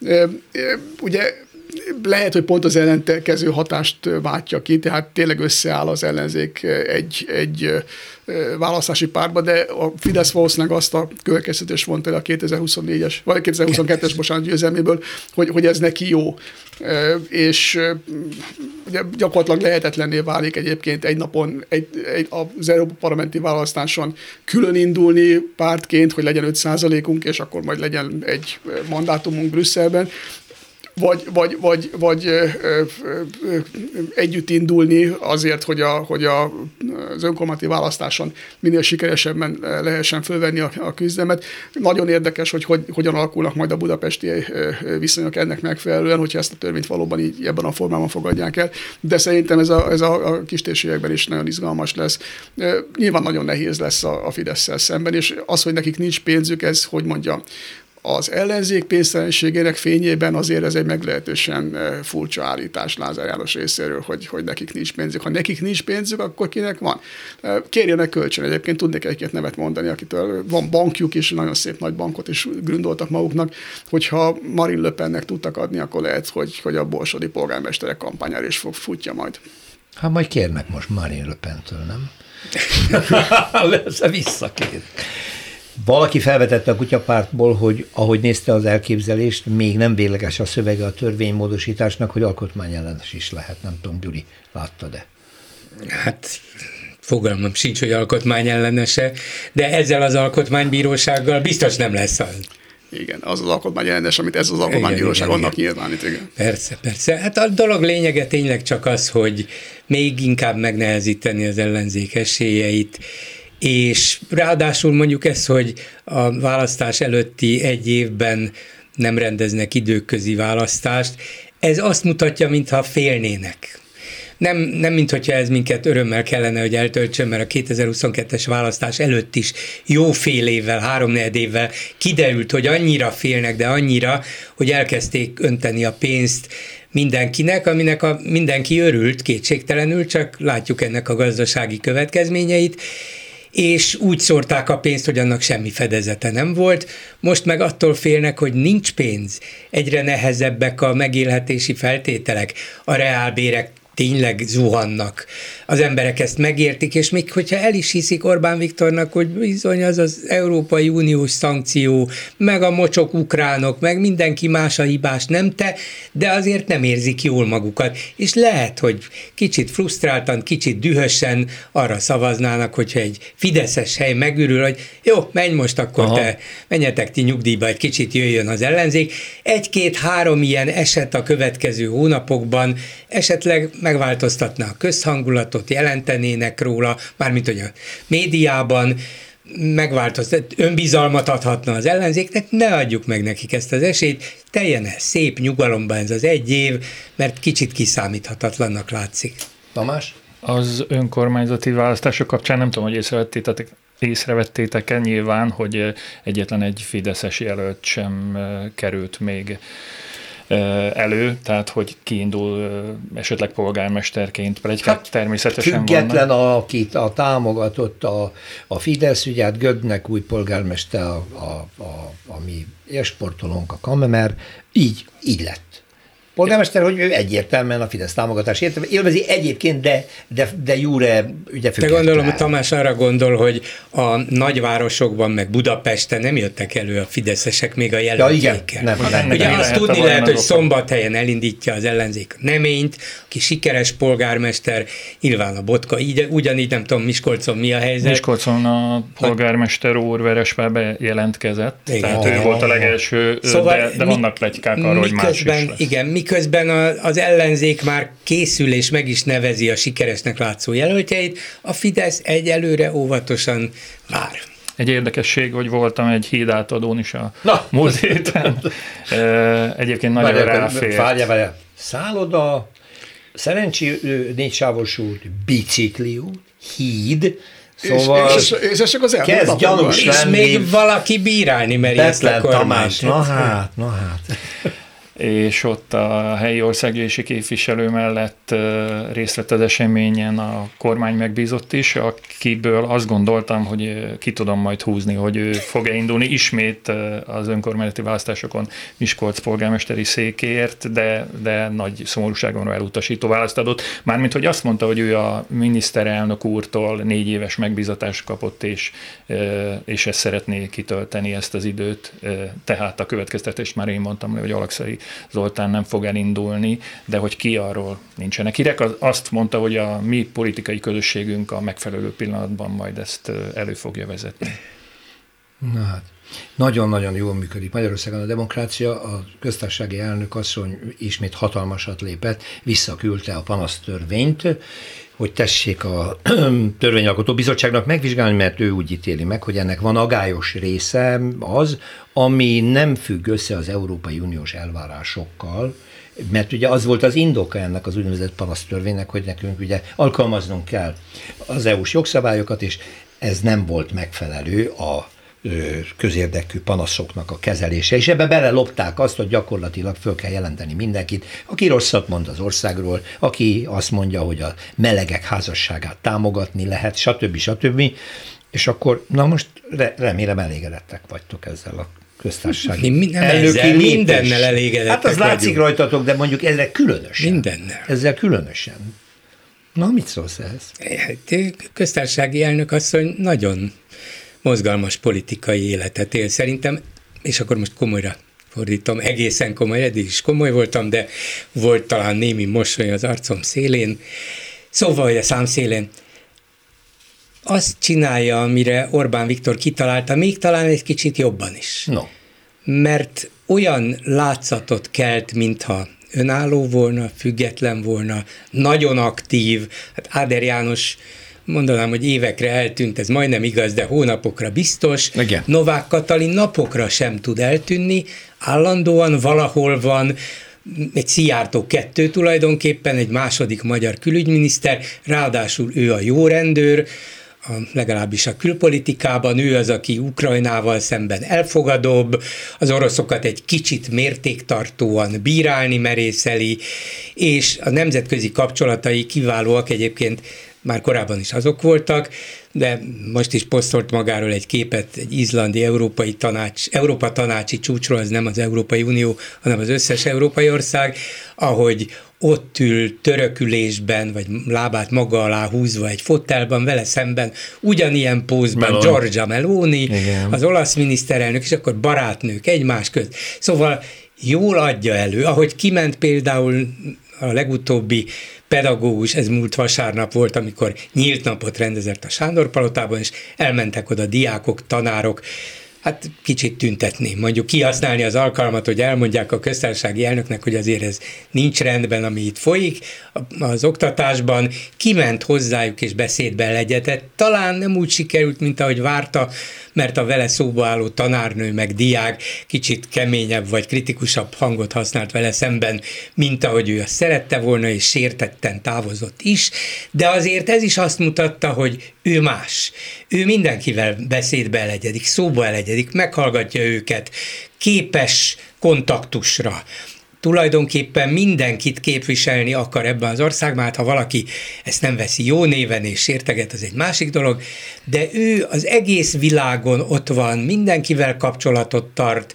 Ugye lehet, hogy pont az ellenkező hatást váltja ki, tehát tényleg összeáll az ellenzék egy, egy választási pártba, de a Fidesz valószínűleg azt a következtetést vonta el a kétezer-huszonnégyes, vagy kétezer-huszonkettes bocsánat győzelméből, hogy, hogy ez neki jó. És ugye gyakorlatilag lehetetlenné válik egyébként egy napon egy, egy, az Európa Parlamenti választáson külön indulni pártként, hogy legyen öt százalékunk, és akkor majd legyen egy mandátumunk Brüsszelben, vagy, vagy, vagy, vagy ö, ö, ö, együtt indulni azért, hogy, a, hogy a, az önkormányzati választáson minél sikeresebben lehessen fölvenni a, a küzdelmet. Nagyon érdekes, hogy, hogy hogyan alakulnak majd a budapesti viszonyok ennek megfelelően, hogyha ezt a törvényt valóban így ebben a formában fogadják el. De szerintem ez a, ez a, a kistérségekben is nagyon izgalmas lesz. Nyilván nagyon nehéz lesz a, a Fidesszel szemben, és az, hogy nekik nincs pénzük, ez, hogy mondjam, Az ellenzék pénztelenségének fényében azért ez egy meglehetősen furcsa állítás Lázár János részéről, hogy, hogy nekik nincs pénzük. Ha nekik nincs pénzük, akkor kinek van? Kérjenek kölcsön. Egyébként tudnék egy-két nevet mondani, akitől van bankjuk is, nagyon szép nagy bankot is gründoltak maguknak, hogyha Marine Le Pennek tudtak adni, akkor lehet, hogy, hogy a borsodi polgármesterek kampányára is fog futja majd. Hát majd kérnek most Marine Le Pentől, nem? Visszakér. Valaki felvetette a Kutyapártból, hogy ahogy nézte az elképzelést, még nem végleges a szövege a törvénymódosításnak, hogy alkotmányellenes is lehet. Nem tudom, Gyuri, láttad-e? Hát fogalmam sincs, hogy alkotmányellenese, de ezzel az alkotmánybírósággal biztos nem lesz az. Igen, az az alkotmányellenes, amit ez az alkotmánybíróság annak nyilvánít, igen. Persze, persze. Hát a dolog lényege tényleg csak az, hogy még inkább megnehezíteni az ellenzék esélyeit, és ráadásul mondjuk ez, hogy a választás előtti egy évben nem rendeznek időközi választást, ez azt mutatja, mintha félnének. Nem, nem mint hogyha ez minket örömmel kellene, hogy eltöltsön, mert a kétezer-huszonkettes választás előtt is jó fél évvel, háromnegyed évvel kiderült, hogy annyira félnek, de annyira, hogy elkezdték önteni a pénzt mindenkinek, aminek a, mindenki örült kétségtelenül, csak látjuk ennek a gazdasági következményeit, és úgy szórták a pénzt, hogy annak semmi fedezete nem volt. Most meg attól félnek, hogy nincs pénz. Egyre nehezebbek a megélhetési feltételek, a reálbérek tényleg zuhannak. Az emberek ezt megértik, és még hogyha el is hiszik Orbán Viktornak, hogy bizony az az Európai Uniós szankció, meg a mocsok ukránok, meg mindenki más a hibás, nem te, de azért nem érzik jól magukat. És lehet, hogy kicsit frusztráltan, kicsit dühösen arra szavaznának, hogyha egy fideszes hely megürül, hogy jó, menj most akkor Aha. te, menjetek ti nyugdíjba, egy kicsit jöjjön az ellenzék. Egy-két-három ilyen eset a következő hónapokban esetleg megváltoztatná a közhangulatot, jelentenének róla, mármint hogy a médiában megváltoztat, önbizalmat adhatna az ellenzéknek, ne adjuk meg nekik ezt az esélyt, teljen el szép nyugalomban ez az egy év, mert kicsit kiszámíthatatlannak látszik. Tamás? Az önkormányzati választások kapcsán nem tudom, hogy észrevettétek, észrevettétek-e nyilván, hogy egyetlen egy fideszes jelölt sem került még elő, tehát hogy kiindul esetleg polgármesterként, pletykák hát, természetesen független, vannak. Akit a támogatott a, a Fidesz, ugye hát Gödnek új polgármester, a, a, a, a mi élsportolónk, a Kamemer, így, így lett. Polgármester, hogy ő egyértelműen a Fidesz támogatását élvezi egyébként, de, de, de júre ugye Te gondolom, hogy Tamás arra gondol, hogy a nagyvárosokban, meg Budapesten nem jöttek elő a fideszesek még a jelöltjékkel. Ja, nem, nem, ugye azt lehet tudni lehet, hogy Szombathelyen elindítja az ellenzék Neményt, aki sikeres polgármester, nyilván a Botka, így, ugyanígy nem tudom, Miskolcon mi a helyzet. Miskolcon a polgármester úr Veresvábe jelentkezett, igen. Tehát ő volt a legelső, szóval de, de vannak pletykák arról, hogy más is lesz. Igen, miközben az ellenzék már készül és meg is nevezi a sikeresnek látszó jelöltjeit, a Fidesz egyelőre óvatosan vár. Egy érdekesség, hogy voltam egy hídátadón is a Na. múlt héten. Egyébként nagyon várjál, ráfért. Várjál, várjál. Szálloda, szerencsi négysávos út, bicikliút, híd, Szóval és, és, és ez csak az elmúlt kezd gyanús lenni. És még valaki bírálni meri ezt a kormányt. Na hát, na hát. És ott a helyi országgyűlési képviselő mellett részt vett az eseményen a kormány megbízott is, akiből azt gondoltam, hogy ki tudom majd húzni, hogy ő fog-e indulni ismét az önkormányzati választásokon Miskolc polgármesteri székért, de, de nagy szomorúságomra elutasító választ adott. Mármint, hogy azt mondta, hogy ő a miniszterelnök úrtól négy éves megbízatást kapott, és, és ezt szeretné kitölteni ezt az időt. Tehát a következtetést már én mondtam, hogy Alakszai Zoltán nem fog elindulni, de hogy ki, arról nincsenek hírek. Azt mondta, hogy a mi politikai közösségünk a megfelelő pillanatban majd ezt elő fogja vezetni. Na hát, nagyon-nagyon jól működik Magyarországon a demokrácia. A köztársasági elnök asszony ismét hatalmasat lépett, visszaküldte a panasztörvényt, hogy tessék a törvényalkotó bizottságnak megvizsgálni, mert ő úgy ítéli meg, hogy ennek van agályos része az, ami nem függ össze az Európai Uniós elvárásokkal, mert ugye az volt az indoka ennek az úgynevezett panasztörvénynek, hogy nekünk ugye alkalmaznunk kell az é u-s jogszabályokat, és ez nem volt megfelelő a közérdekű panaszoknak a kezelése, és ebbe belelopták azt, hogy gyakorlatilag föl kell jelenteni mindenkit, aki rosszat mond az országról, aki azt mondja, hogy a melegek házasságát támogatni lehet, stb. stb. És akkor, na most remélem elégedettek vagytok ezzel a köztársasági elnöki mindennel elégedettek Hát az látszik vagyunk. Rajtatok, de mondjuk ezzel különösen. Mindennel. Ezzel különösen. Na, mit szólsz ehhez? Köztársasági elnök asszony nagyon mozgalmas politikai életet él szerintem, és akkor most komolyra fordítom, egészen komoly, eddig is komoly voltam, de volt talán némi mosoly az arcom szélén, szóval, hogy a szám szélén. Azt csinálja, amire Orbán Viktor kitalálta, még talán egy kicsit jobban is. No. Mert olyan látszatot kelt, mintha önálló volna, független volna, nagyon aktív. Hát Áder János, mondanám, hogy évekre eltűnt, ez majdnem igaz, de hónapokra biztos. Igen. Novák Katalin napokra sem tud eltűnni, állandóan valahol van, egy Szijjártó kettő tulajdonképpen, egy második magyar külügyminiszter, ráadásul ő a jó rendőr, a, legalábbis a külpolitikában, ő az, aki Ukrajnával szemben elfogadóbb, az oroszokat egy kicsit mértéktartóan bírálni merészeli, és a nemzetközi kapcsolatai kiválóak, egyébként már korábban is azok voltak, de most is posztolt magáról egy képet egy izlandi európai tanács, Európa tanácsi csúcsról, az nem az Európai Unió, hanem az összes európai ország, ahogy ott ül törökülésben, vagy lábát maga alá húzva egy fotelban, vele szemben ugyanilyen pózban Meloni. Giorgia Meloni, igen. Az olasz miniszterelnök, és akkor barátnők egymás között. Szóval jól adja elő, ahogy kiment például a legutóbbi pedagógus, ez múlt vasárnap volt, amikor nyílt napot rendezett a Sándor-palotában, és elmentek oda diákok, tanárok, hát kicsit tüntetni, mondjuk kihasználni az alkalmat, hogy elmondják a köztársasági elnöknek, hogy azért ez nincs rendben, ami itt folyik az oktatásban, kiment hozzájuk és beszédben legyetett. Talán nem úgy sikerült, mint ahogy várta, mert a vele szóba álló tanárnő meg diák kicsit keményebb vagy kritikusabb hangot használt vele szemben, mint ahogy ő azt szerette volna, és sértetten távozott is, de azért ez is azt mutatta, hogy ő más. Ő mindenkivel beszédbe elegyedik, szóba elegyedik, meghallgatja őket, képes kontaktusra. Tulajdonképpen mindenkit képviselni akar ebben az országban, hát ha valaki ezt nem veszi jó néven és sérteget, az egy másik dolog, de ő az egész világon ott van, mindenkivel kapcsolatot tart,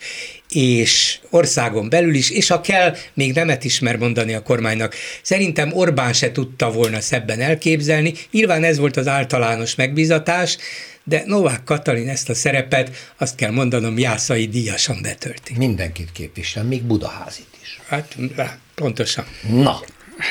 és országon belül is, és ha kell, még nemet is mer mondani a kormánynak. Szerintem Orbán se tudta volna szebben elképzelni, nyilván ez volt az általános megbízatás, de Novák Katalin ezt a szerepet, azt kell mondanom, Jászai díjasan betölti. Mindenkit képvisel, még Budaházit is. Hát, pontosan. Na.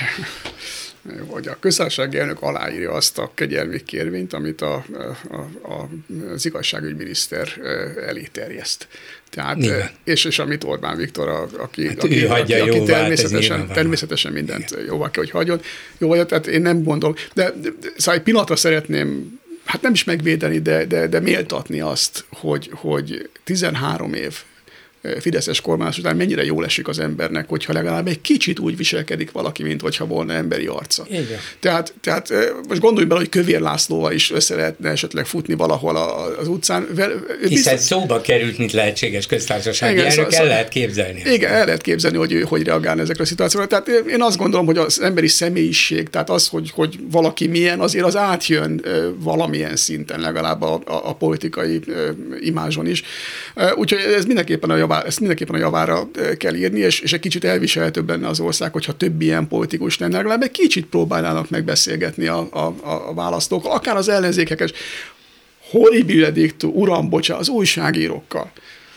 Hogy a köztársasági elnök aláírja azt a kegyelmi kérvényt, amit a, a, a, az igazságügyminiszter elé terjeszt. Tehát, és, és amit Orbán Viktor, a, aki, hát aki, aki, jóvá, aki természetesen, természetesen mindent jóvá kell, hogy hagyjon. Jó, tehát én nem gondolom. De, de szóval egy pillanatra szeretném, hát nem is megvédeni, de, de, de méltatni azt, hogy, hogy tizenhárom év fideszes kormányzás után mennyire jól esik az embernek, hogyha legalább egy kicsit úgy viselkedik valaki, mint hogyha volna emberi arca. Igen. Tehát, tehát most gondolj bele, hogy Kövér Lászlóval is össze lehetne esetleg futni valahol az utcán. Hiszen biztos... szóba került, mint lehetséges köztársasági elnök, el szó... lehet képzelni. Igen, el lehet képzelni, hogy ő hogy reagálna ezekre a szituációkra. Tehát én azt gondolom, hogy az emberi személyiség, tehát az, hogy, hogy valaki milyen, azért az átjön valamilyen szinten legalább a, a, a politikai imázson is. Úgyhogy ez mindenképpen a javá, ezt mindenképpen a javára kell írni, és, és egy kicsit elviselhetőbb lenne az ország, hogyha több ilyen politikus lenne, legalább egy kicsit próbálnának megbeszélgetni a, a, a választók, akár az ellenzékekes, horribile dictu, uram, bocsa, az újságírókkal.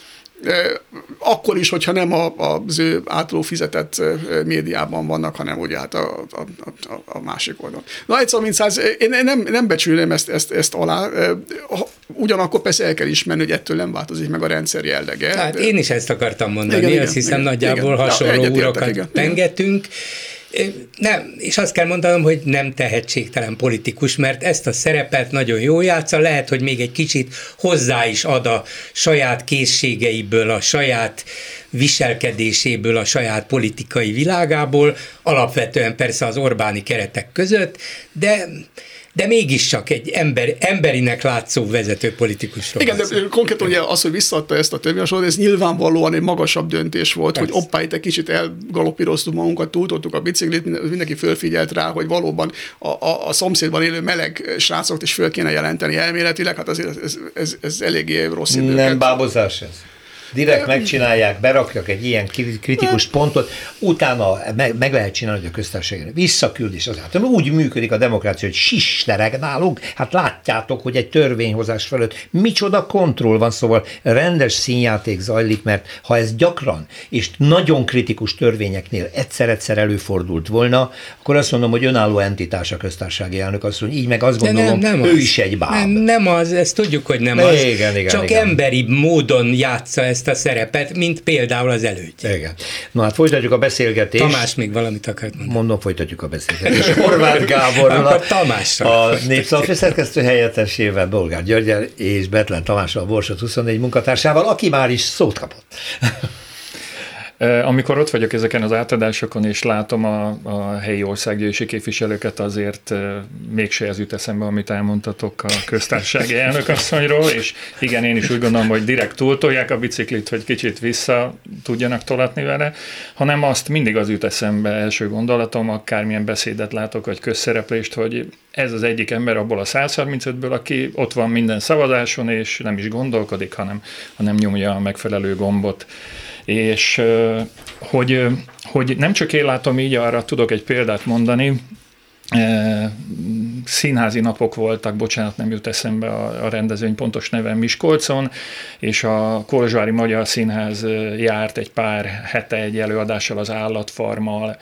Akkor is, hogyha nem az ő általuk fizetett médiában vannak, hanem ugye hát a, a, a, a másik oldalon. Na, egyszer, mint száz, én nem, nem becsülném ezt, ezt, ezt alá, ugyanakkor persze el kell ismerni, hogy ettől nem változik meg a rendszer jellege. Hát én is ezt akartam mondani, igen, azt igen, hiszem igen, nagyjából igen, hasonló urakat pengetünk. Nem, és azt kell mondanom, hogy nem tehetségtelen politikus, mert ezt a szerepet nagyon jól játsza, lehet, hogy még egy kicsit hozzá is ad a saját készségeiből, a saját viselkedéséből, a saját politikai világából, alapvetően persze az Orbáni keretek között, de de mégiscsak egy ember, emberinek látszó vezető politikusról. Igen, de konkrétan ugye az, hogy visszaadta ezt a törvényjavaslatot, ez nyilvánvalóan egy magasabb döntés volt, Persze. hogy oppá, itt egy kicsit elgalopíroztuk magunkat, túltoltuk a biciklit, mindenki fölfigyelt rá, hogy valóban a, a, a szomszédban élő meleg srácokat is föl kéne jelenteni elméletileg, hát azért ez, ez, ez eléggé rossz időket. Nem bábozás ez. Direkt megcsinálják, berakják egy ilyen kritikus pontot, utána meg, meg lehet csinálni, hogy a köztársaságon visszaküldés az által. Úgy működik a demokrácia, hogy sistereg nálunk, hát látjátok, hogy egy törvényhozás felett micsoda kontroll van, szóval rendes színjáték zajlik, mert ha ez gyakran és nagyon kritikus törvényeknél egyszer-egyszer előfordult volna, akkor azt mondom, hogy önálló entitás a köztársasági elnök, azt mondja, így meg azt gondolom, nem, nem ő az. Is egy báb. Nem, nem az, ezt tudjuk, hogy nem az, igen, igen, csak igen. emberi módon játsza ezt a szerepet, mint például az elődje. Igen. Na hát folytatjuk a beszélgetést. Tamás még valamit akart mondani. Mondom, folytatjuk a beszélgetést. Horváth Gáborral, a, a Népszava főszerkesztő helyettesével, Bolgár Györgyel és Betlen Tamással, a Borsod huszonnégy munkatársával, aki már is szót kapott. Amikor ott vagyok ezeken az átadásokon, és látom a, a helyi országgyűlési képviselőket, azért mégse ez jut eszembe, amit elmondtatok a köztársasági elnökasszonyról, és igen, én is úgy gondolom, hogy direkt túltolják a biciklit, hogy kicsit vissza tudjanak tolatni vele, hanem azt mindig az jut eszembe első gondolatom, akármilyen beszédet látok, vagy közszereplést, hogy ez az egyik ember abból a száz harmincötből, aki ott van minden szavazáson, és nem is gondolkodik, hanem, hanem nyomja a megfelelő gombot. És hogy, hogy nem csak én látom így, arra tudok egy példát mondani, színházi napok voltak, bocsánat, nem jut eszembe a, a rendezvény pontos neve, Miskolcon, és a Kolozsvári Magyar Színház járt egy pár hete egy előadással az Állatfarmmal,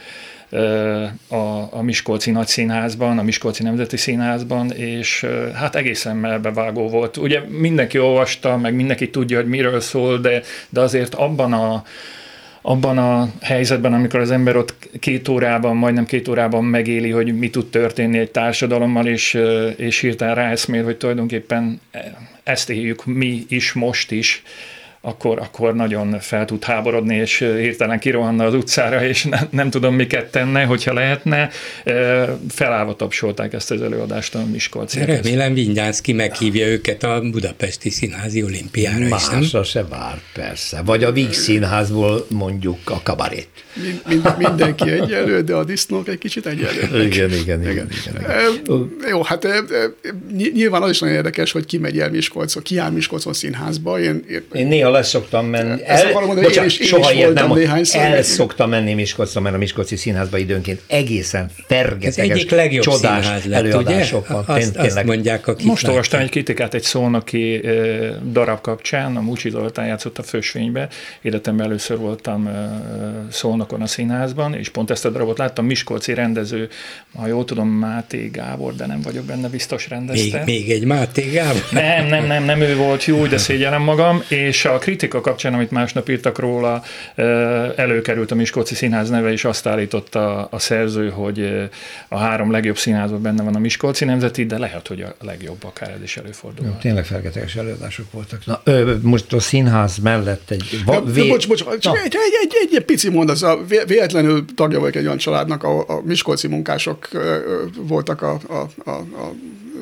A, a Miskolci Nagyszínházban, a Miskolci Nemzeti Színházban, és hát egészen melbevágó volt. Ugye mindenki olvasta, meg mindenki tudja, hogy miről szól, de, de azért abban a, abban a helyzetben, amikor az ember ott két órában, majdnem két órában megéli, hogy mi tud történni egy társadalommal, és, és hirtelen ráeszmél, hogy tulajdonképpen ezt éljük mi is, most is, Akkor, akkor nagyon fel tud háborodni, és hirtelen kirohanna az utcára, és ne, nem tudom, miket tenne, hogyha lehetne. Felállva tapsolták ezt az előadást a Miskolciak. Remélem Vinyánszky meghívja őket a Budapesti Színházi Olimpiára is, nem? Másra se vár, persze. Vagy a Víg Színházból mondjuk a kabarét. Mind, mind, mindenki egyenlő, de a disznók egy kicsit egyenlő. Igen, igen, igen. igen, igen. E, jó, hát e, nyilván az is nagyon érdekes, hogy ki megy el Miskolcon, ki jár Miskolcon színházba. Én, én, én néha lesz szoktam menni. El, mondani, bocsán, is, soha ilyet nem, el szoktam menni Miskolcon, mert a Miskolci Színházba időnként egészen fergeteges, csodás előadások van. Azt, azt mondják, akik most olvastam egy kritikát egy szolnoki darab kapcsán, a Mucsi Zoltán játszott a Fösvénybe, életemben először voltam Szolnokon a színházban, és pont ezt a darabot láttam, miskolci rendező, ha jól tudom, Máté Gábor, de nem vagyok benne biztos rendezte. Még, még egy Máté Gábor? Nem, nem, nem, nem ő volt, jó, de szégyellem magam, és a kritika kapcsán, amit másnap írtak róla, előkerült a Miskolci Színház neve, és azt állította a szerző, hogy a három legjobb színházban benne van a Miskolci Nemzeti, de lehet, hogy a legjobb, akár ez is előfordul. Jó, tényleg fergeteges előadások voltak. Na, ö, most a színház mellett egy... Va, vé... Bocs, bocs, csak egy, egy, egy, egy pici mondat, a véletlenül tagja vagyok egy olyan családnak, a, a miskolci munkások voltak a, a, a, a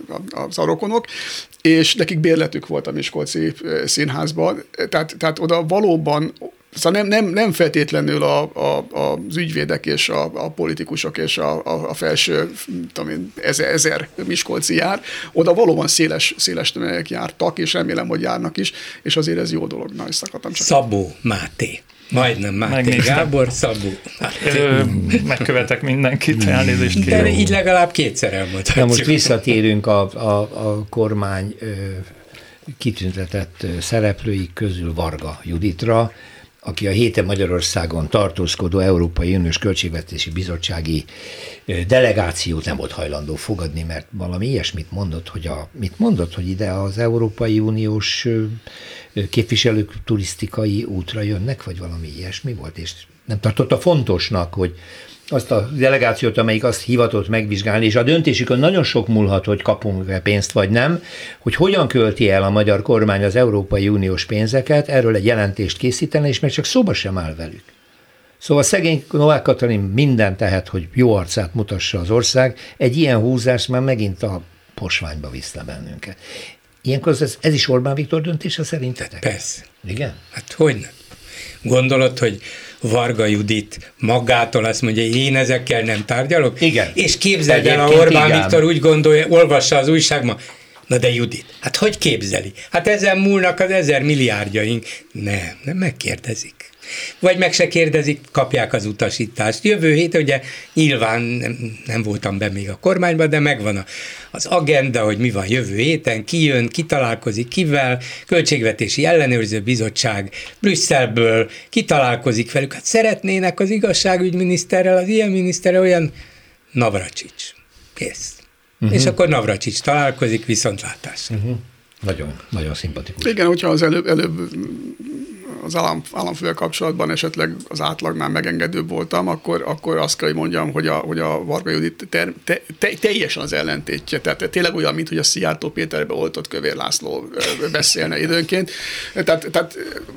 az rokonok, és nekik bérletük volt a Miskolci Színházban, tehát, tehát oda valóban, szóval nem, nem, nem feltétlenül a, a, az ügyvédek és a, a politikusok és a, a, a felső tudom én, ezer, ezer miskolci jár, oda valóban széles, széles tömegek jártak, és remélem, hogy járnak is, és azért ez jó dolog. Na, ezt akartam csak. Szabó Máté. Majdnem Máté Megnéztem. Gábor, Szabó. Ö, megkövetek mindenkit, elnézést kérem. De így legalább kétszer elmondhatjuk. Na most visszatérünk a, a, a kormány ö, kitüntetett szereplői közül Varga Juditra, aki a héten Magyarországon tartózkodó Európai Uniós Költségvetési Bizottsági delegációt nem volt hajlandó fogadni, mert valami ilyesmit mondott, hogy a, mit mondott, hogy ide az Európai Uniós képviselők turisztikai útra jönnek, vagy valami ilyesmi volt, és nem tartotta fontosnak, hogy azt a delegációt, amelyik azt hivatott megvizsgálni, és a döntésükön nagyon sok múlhat, hogy kapunk-e pénzt, vagy nem, hogy hogyan költi el a magyar kormány az Európai Uniós pénzeket, erről egy jelentést készíteni, és meg csak szóba sem áll velük. Szóval szegény Novák Katalin mindent tehet, hogy jó arcát mutassa az ország. Egy ilyen húzás már megint a posványba visz le bennünket. Ilyenkor ez, ez is Orbán Viktor döntése szerintetek? Persze. Igen? Hát hogyne? Gondolod, hogy Varga Judit magától azt mondja, hogy én ezekkel nem tárgyalok? Igen. És képzeld el, a Orbán igen. Viktor úgy gondolja, olvassa az újságban, na de Judit, hát hogy képzeli? Hát ezen múlnak az ezer milliárdjaink. Nem, nem megkérdezik. Vagy meg se kérdezik, kapják az utasítást. Jövő héten ugye nyilván nem, nem voltam be még a kormányban, de megvan a, az agenda, hogy mi van jövő héten, ki jön, ki találkozik kivel, Költségvetési Ellenőrző Bizottság Brüsszelből, ki találkozik velük. Hát szeretnének az igazságügyminiszterrel, az ilyen miniszterrel olyan Navracsics. Kész. Uh-huh. És akkor Navracsics találkozik, viszontlátásra. Uh-huh. Nagyon, nagyon szimpatikus. Igen, hogyha az előbb, előbb az állam, államfővel kapcsolatban esetleg az átlagnál megengedőbb voltam, akkor, akkor azt kell, hogy mondjam, hogy a, hogy a Varga Judit ter, te, te, teljesen az ellentétje. Tehát tényleg olyan, mint hogy a Szijjártó Péterbe oltott Kövér László beszélne időnként. Tehát, tehát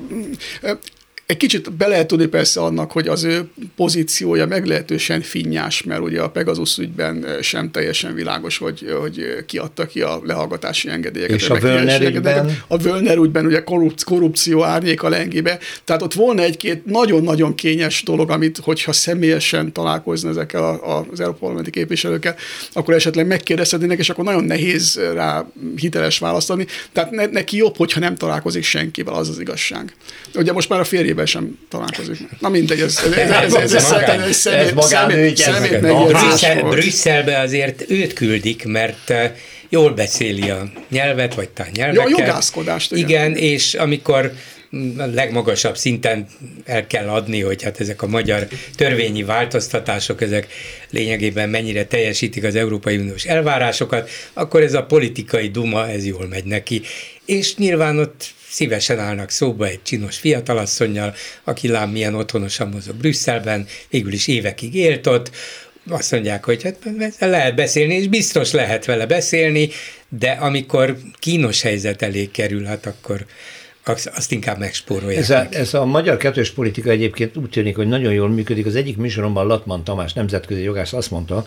egy kicsit be lehet tudni persze annak, hogy az ő pozíciója meglehetősen finnyás, mert ugye a Pegasus ügyben sem teljesen világos, hogy, hogy kiadta ki a lehallgatási engedélyeket. És a Völner ügyben? A Völner ügyben ugye korrupció árnyéka lengébe. Tehát ott volna egy-két nagyon-nagyon kényes dolog, amit hogyha személyesen találkozna ezekkel az Európai Parlamenti képviselőkkel, akkor esetleg megkérdezhetnének, és akkor nagyon nehéz rá hiteles választ adni. Tehát ne, neki jobb, hogyha nem találkozik senkivel, az az igazság. Ugye most már a férjével sem találkozik. Na mindegy, ez, ez, ez, ez, ez, ez, ez magánügy. Brüsszelbe azért őt küldik, mert jól beszéli a nyelvet, vagy tá nyelveket. Jó, jogászkodást. Igen, igen, és amikor a legmagasabb szinten el kell adni, hogy hát ezek a magyar törvényi változtatások, ezek lényegében mennyire teljesítik az Európai Uniós elvárásokat, akkor ez a politikai duma, ez jól megy neki. És nyilván ott szívesen állnak szóba egy csinos fiatalasszonnyal, aki lám milyen otthonosan mozog Brüsszelben, végül is évekig élt ott, azt mondják, hogy hát lehet beszélni, és biztos lehet vele beszélni, de amikor kínos helyzet elé kerül, hát akkor azt inkább megspórolják. Ez a, ez a magyar kettős politika egyébként úgy tűnik, hogy nagyon jól működik. Az egyik műsoromban Latman Tamás, nemzetközi jogász azt mondta,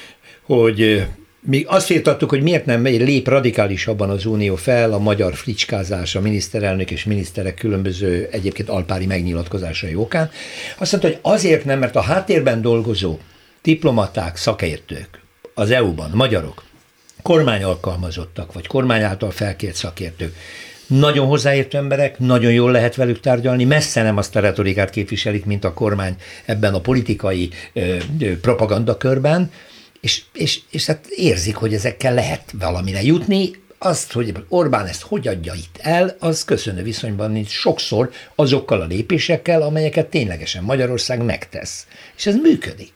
hogy mi azt féltattuk, hogy miért nem lép radikálisabban az Unió fel a magyar fricskázás, a miniszterelnök és miniszterek különböző egyébként alpári megnyilatkozásai okán. Azt mondta, hogy azért nem, mert a háttérben dolgozó diplomaták, szakértők az é u-ban, magyarok, kormányalkalmazottak, vagy kormány által felkért szakértők, nagyon hozzáértő emberek, nagyon jól lehet velük tárgyalni, messze nem azt a retorikát képviselik, mint a kormány ebben a politikai ö, ö, propagandakörben, és, és, és hát érzik, hogy ezekkel lehet valamire jutni. Azt, hogy Orbán ezt hogy adja itt el, az köszönő viszonyban nincs sokszor azokkal a lépésekkel, amelyeket ténylegesen Magyarország megtesz. És ez működik.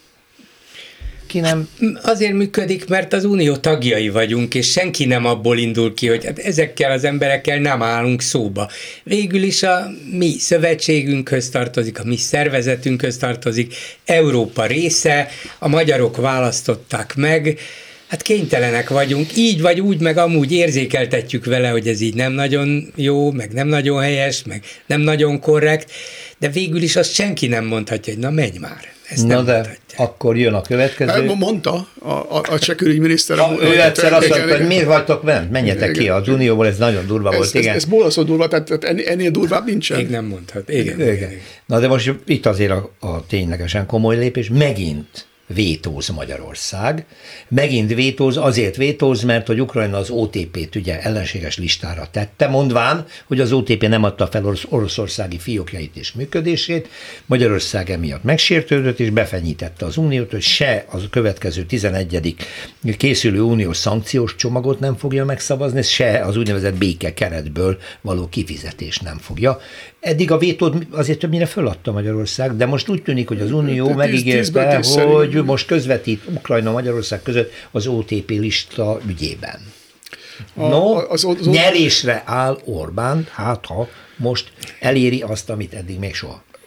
Ki nem... Azért működik, mert az unió tagjai vagyunk, és senki nem abból indul ki, hogy hát ezekkel az emberekkel nem állunk szóba. Végül is a mi szövetségünkhöz tartozik, a mi szervezetünkhöz tartozik, Európa része, a magyarok választották meg, hát kénytelenek vagyunk, így vagy úgy, meg amúgy érzékeltetjük vele, hogy ez így nem nagyon jó, meg nem nagyon helyes, meg nem nagyon korrekt, de végül is azt senki nem mondhatja, hogy na menj már. Ezt na de mondhatja. Akkor jön a következő. Mondta a, a, a cseh külügyminiszter. A, ő egyszer azt mondta, hogy miért vagytok bent? Menjetek igen, ki az Unióból, ez nagyon durva ez, volt. Ez, igen. ez bolaszul durva, tehát ennél durvább nincsen. Még nem mondhat. Igen, igen. igen. Na de most itt azért a, a ténylegesen komoly lépés, megint vétóz Magyarország. Megint vétóz, azért vétóz, mert hogy Ukrajna az o té pét ugye ellenséges listára tette, mondván, hogy az o té pé nem adta fel orosz, oroszországi fiókjait és működését. Magyarország emiatt megsértődött, és befenyítette az uniót, hogy se az következő tizenegyedik készülő uniós szankciós csomagot nem fogja megszavazni, se az úgynevezett béke keretből való kifizetés nem fogja. Eddig a vétót azért többnyire föladta Magyarország, de most úgy tűnik, hogy az Unió megígérte, hogy most közvetít Ukrajna-Magyarország között az o té pé lista ügyében. No, az, az, az, nyerésre áll Orbán, hát ha most eléri azt, amit eddig még soha.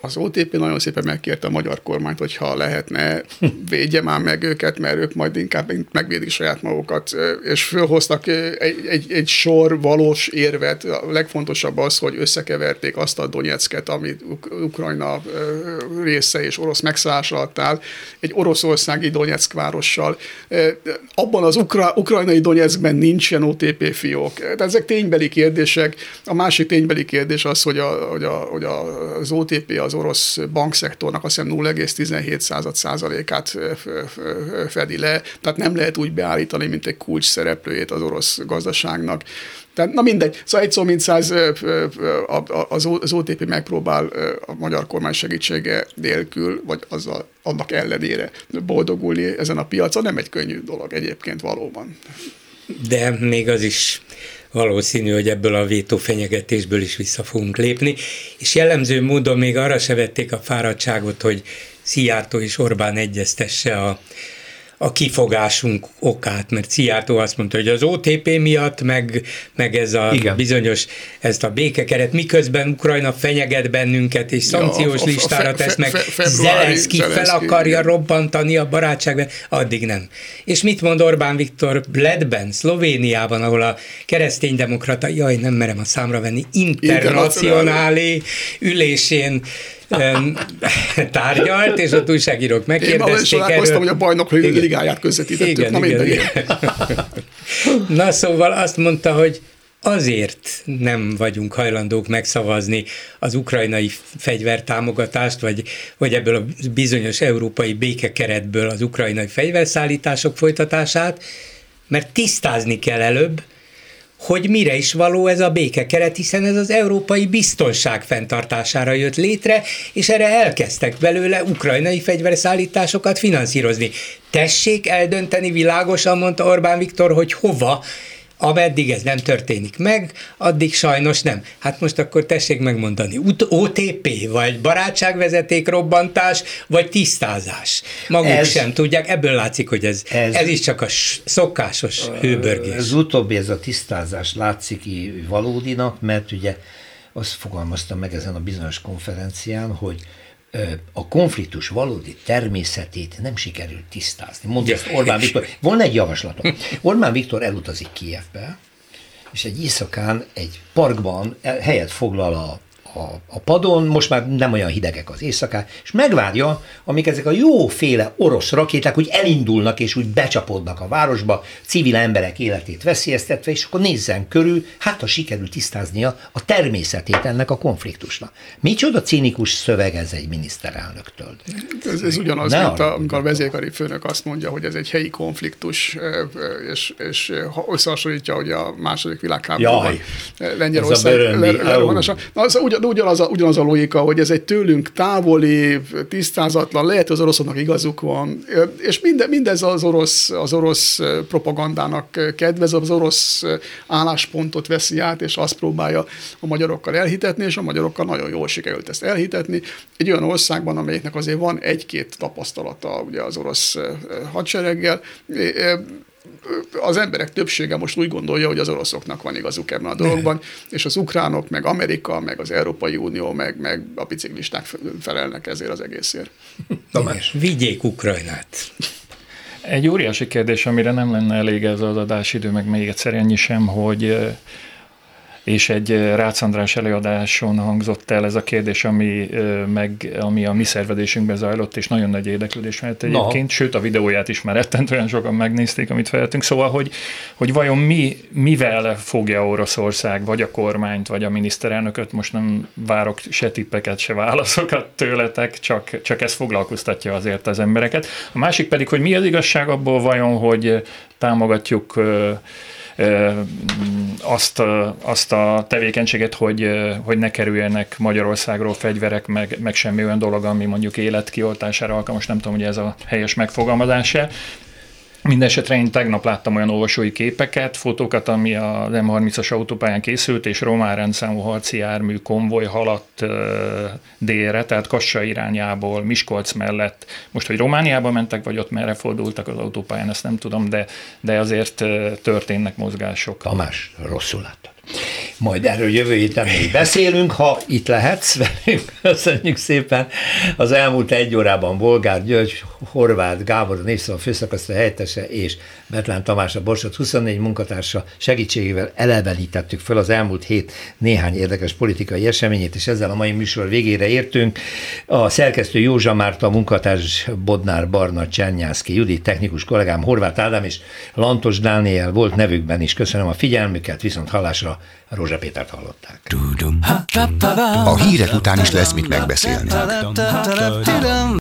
az o té pé nagyon szépen megkérte a magyar kormányt, hogyha lehetne, védje már meg őket, mert ők majd inkább megvédik saját magukat, és fölhoztak egy, egy, egy sor valós érvet. A legfontosabb az, hogy összekeverték azt a Donyecket, ami Ukrajna része és orosz megszállás alatt áll, egy oroszországi Donyeck várossal. Abban az ukra, ukrajnai Donyeckben nincsen o té pé fiók. Tehát ezek ténybeli kérdések. A másik ténybeli kérdés az, hogy, a, hogy, a, hogy az o té pé az orosz bankszektornak azt hiszem nulla egész tizenhét százalékát fedi le, tehát nem lehet úgy beállítani, mint egy kulcs szereplőjét az orosz gazdaságnak. Tehát, na mindegy, szóval egy szó mint száz az o té pé megpróbál a magyar kormány segítsége nélkül, vagy azzal, annak ellenére boldogulni ezen a piacon. Nem egy könnyű dolog egyébként valóban. De még az is valószínű, hogy ebből a vétó fenyegetésből is vissza fogunk lépni, és jellemző módon még arra se vették a fáradtságot, hogy Szijjártó és Orbán egyeztesse a, a kifogásunk okát, mert Szijjártó azt mondta, hogy az o té pé miatt, meg, meg ez a Igen. bizonyos, ezt a békekeret, miközben Ukrajna fenyeget bennünket, és szankciós ja, listára fe, tesz, meg fe, fe, Zelenszky fel akarja robbantani a barátságban, addig nem. És mit mond Orbán Viktor Bledben, Szlovéniában, ahol a kereszténydemokrata, jaj, nem merem a számra venni, internacionálé ülésén tárgyalt, és ott újságírók megkérdezték erről. Én már hogy a bajnok ligáját közvetítettük. Igen, Na, igen, igen. Na szóval azt mondta, hogy azért nem vagyunk hajlandók megszavazni az ukrajnai fegyvertámogatást, vagy, vagy ebből a bizonyos európai békekeretből az ukrajnai fegyverszállítások folytatását, mert tisztázni kell előbb, hogy mire is való ez a békekeret, hiszen ez az európai biztonság fenntartására jött létre, és erre elkezdtek belőle ukrajnai fegyverszállításokat finanszírozni. Tessék eldönteni világosan, mondta Orbán Viktor, hogy hova, ameddig ez nem történik meg, addig sajnos nem. Hát most akkor tessék megmondani, o té pé, vagy barátságvezeték robbantás, vagy tisztázás. Maguk ez, sem tudják, ebből látszik, hogy ez, ez, ez is csak a szokásos hőbörgés. Ez utóbbi, ez a tisztázás látszik valódinak, mert ugye azt fogalmaztam meg ezen a bizonyos konferencián, hogy a konfliktus valódi természetét nem sikerült tisztázni. Mondja ezt Orbán Viktor. Volna egy javaslatom. Orbán Viktor elutazik Kijevbe, és egy éjszakán egy parkban helyet foglal a, a, a padon, most már nem olyan hidegek az éjszakák, és megvárja, amíg ezek a jóféle orosz rakéták úgy elindulnak, és úgy becsapódnak a városba, civil emberek életét veszélyeztetve, és akkor nézzen körül, hát ha sikerül tisztáznia a természetét ennek a konfliktusnak. Micsoda cinikus szöveg ez egy miniszterelnöktől. Ez, ez ugyanaz, ne mint a, amikor a vezérkari főnök azt mondja, hogy ez egy helyi konfliktus, és, és összehasonlítja, hogy a második világháborúban Lengyelország. Ugyanaz a, ugyanaz a logika, hogy ez egy tőlünk távoli, tisztázatlan, lehet, hogy az oroszoknak igazuk van, és minde, mindez az orosz, az orosz propagandának kedvez, az orosz álláspontot veszi át, és azt próbálja a magyarokkal elhitetni, és a magyarokkal nagyon jól sikerült ezt elhitetni. Egy olyan országban, amelyeknek azért van egy-két tapasztalata ugye az orosz hadsereggel, az emberek többsége most úgy gondolja, hogy az oroszoknak van igazuk ebben a dologban, és az ukránok, meg Amerika, meg az Európai Unió, meg, meg a biciklisták felelnek ezért az egészért. Tamás, vigyék Ukrajnát! Egy óriási kérdés, amire nem lenne elég ez az adásidő, meg még egyszer ennyi sem, hogy és egy Rácz András előadáson hangzott el ez a kérdés, ami, meg, ami a mi szervezésünkben zajlott, és nagyon nagy érdeklődés mellett egyébként, no. Sőt a videóját is már rettentően sokan megnézték, amit felvettünk, szóval, hogy, hogy vajon mi, mivel fogja Oroszország, vagy a kormányt, vagy a miniszterelnököt, most nem várok se tippeket, se válaszokat tőletek, csak, csak ez foglalkoztatja azért az embereket. A másik pedig, hogy mi az igazság abból vajon, hogy támogatjuk azt, azt a tevékenységet, hogy, hogy ne kerüljenek Magyarországról fegyverek, meg, meg semmi olyan dolog, ami mondjuk élet kioltására alkalmas, nem tudom, hogy ez a helyes megfogalmazása. Mindenesetre én tegnap láttam olyan olvasói képeket, fotókat, ami az em harmincas autópályán készült, és román rendszámú harci jármű konvoj haladt uh, délre, tehát Kassa irányából, Miskolc mellett. Most, hogy Romániába mentek, vagy ott merre fordultak az autópályán, ezt nem tudom, de, de azért uh, történnek mozgások. Tamás, rosszul láttad. majd erről jövő héten még beszélünk, ha itt lehetsz velünk. Köszönjük szépen. Az elmúlt egy órában Bolgár György, Horváth Gábor, a Népszava főszerkesztő helyettese és Betlen Tamás, a Borsod huszonnégy munkatársa segítségével elevenítettük föl az elmúlt hét néhány érdekes politikai eseményét, és ezzel a mai műsor végére értünk. A szerkesztő Józsa Márta, a munkatárs Bodnár Barna, Csernyászki Judit, technikus kollégám Horváth Ádám és Lantos Dániel volt nevükben is. Köszönöm a figyelmüket, viszont hallásra Rózsa Pétert hallották. A hírek után is lesz mit megbeszélni.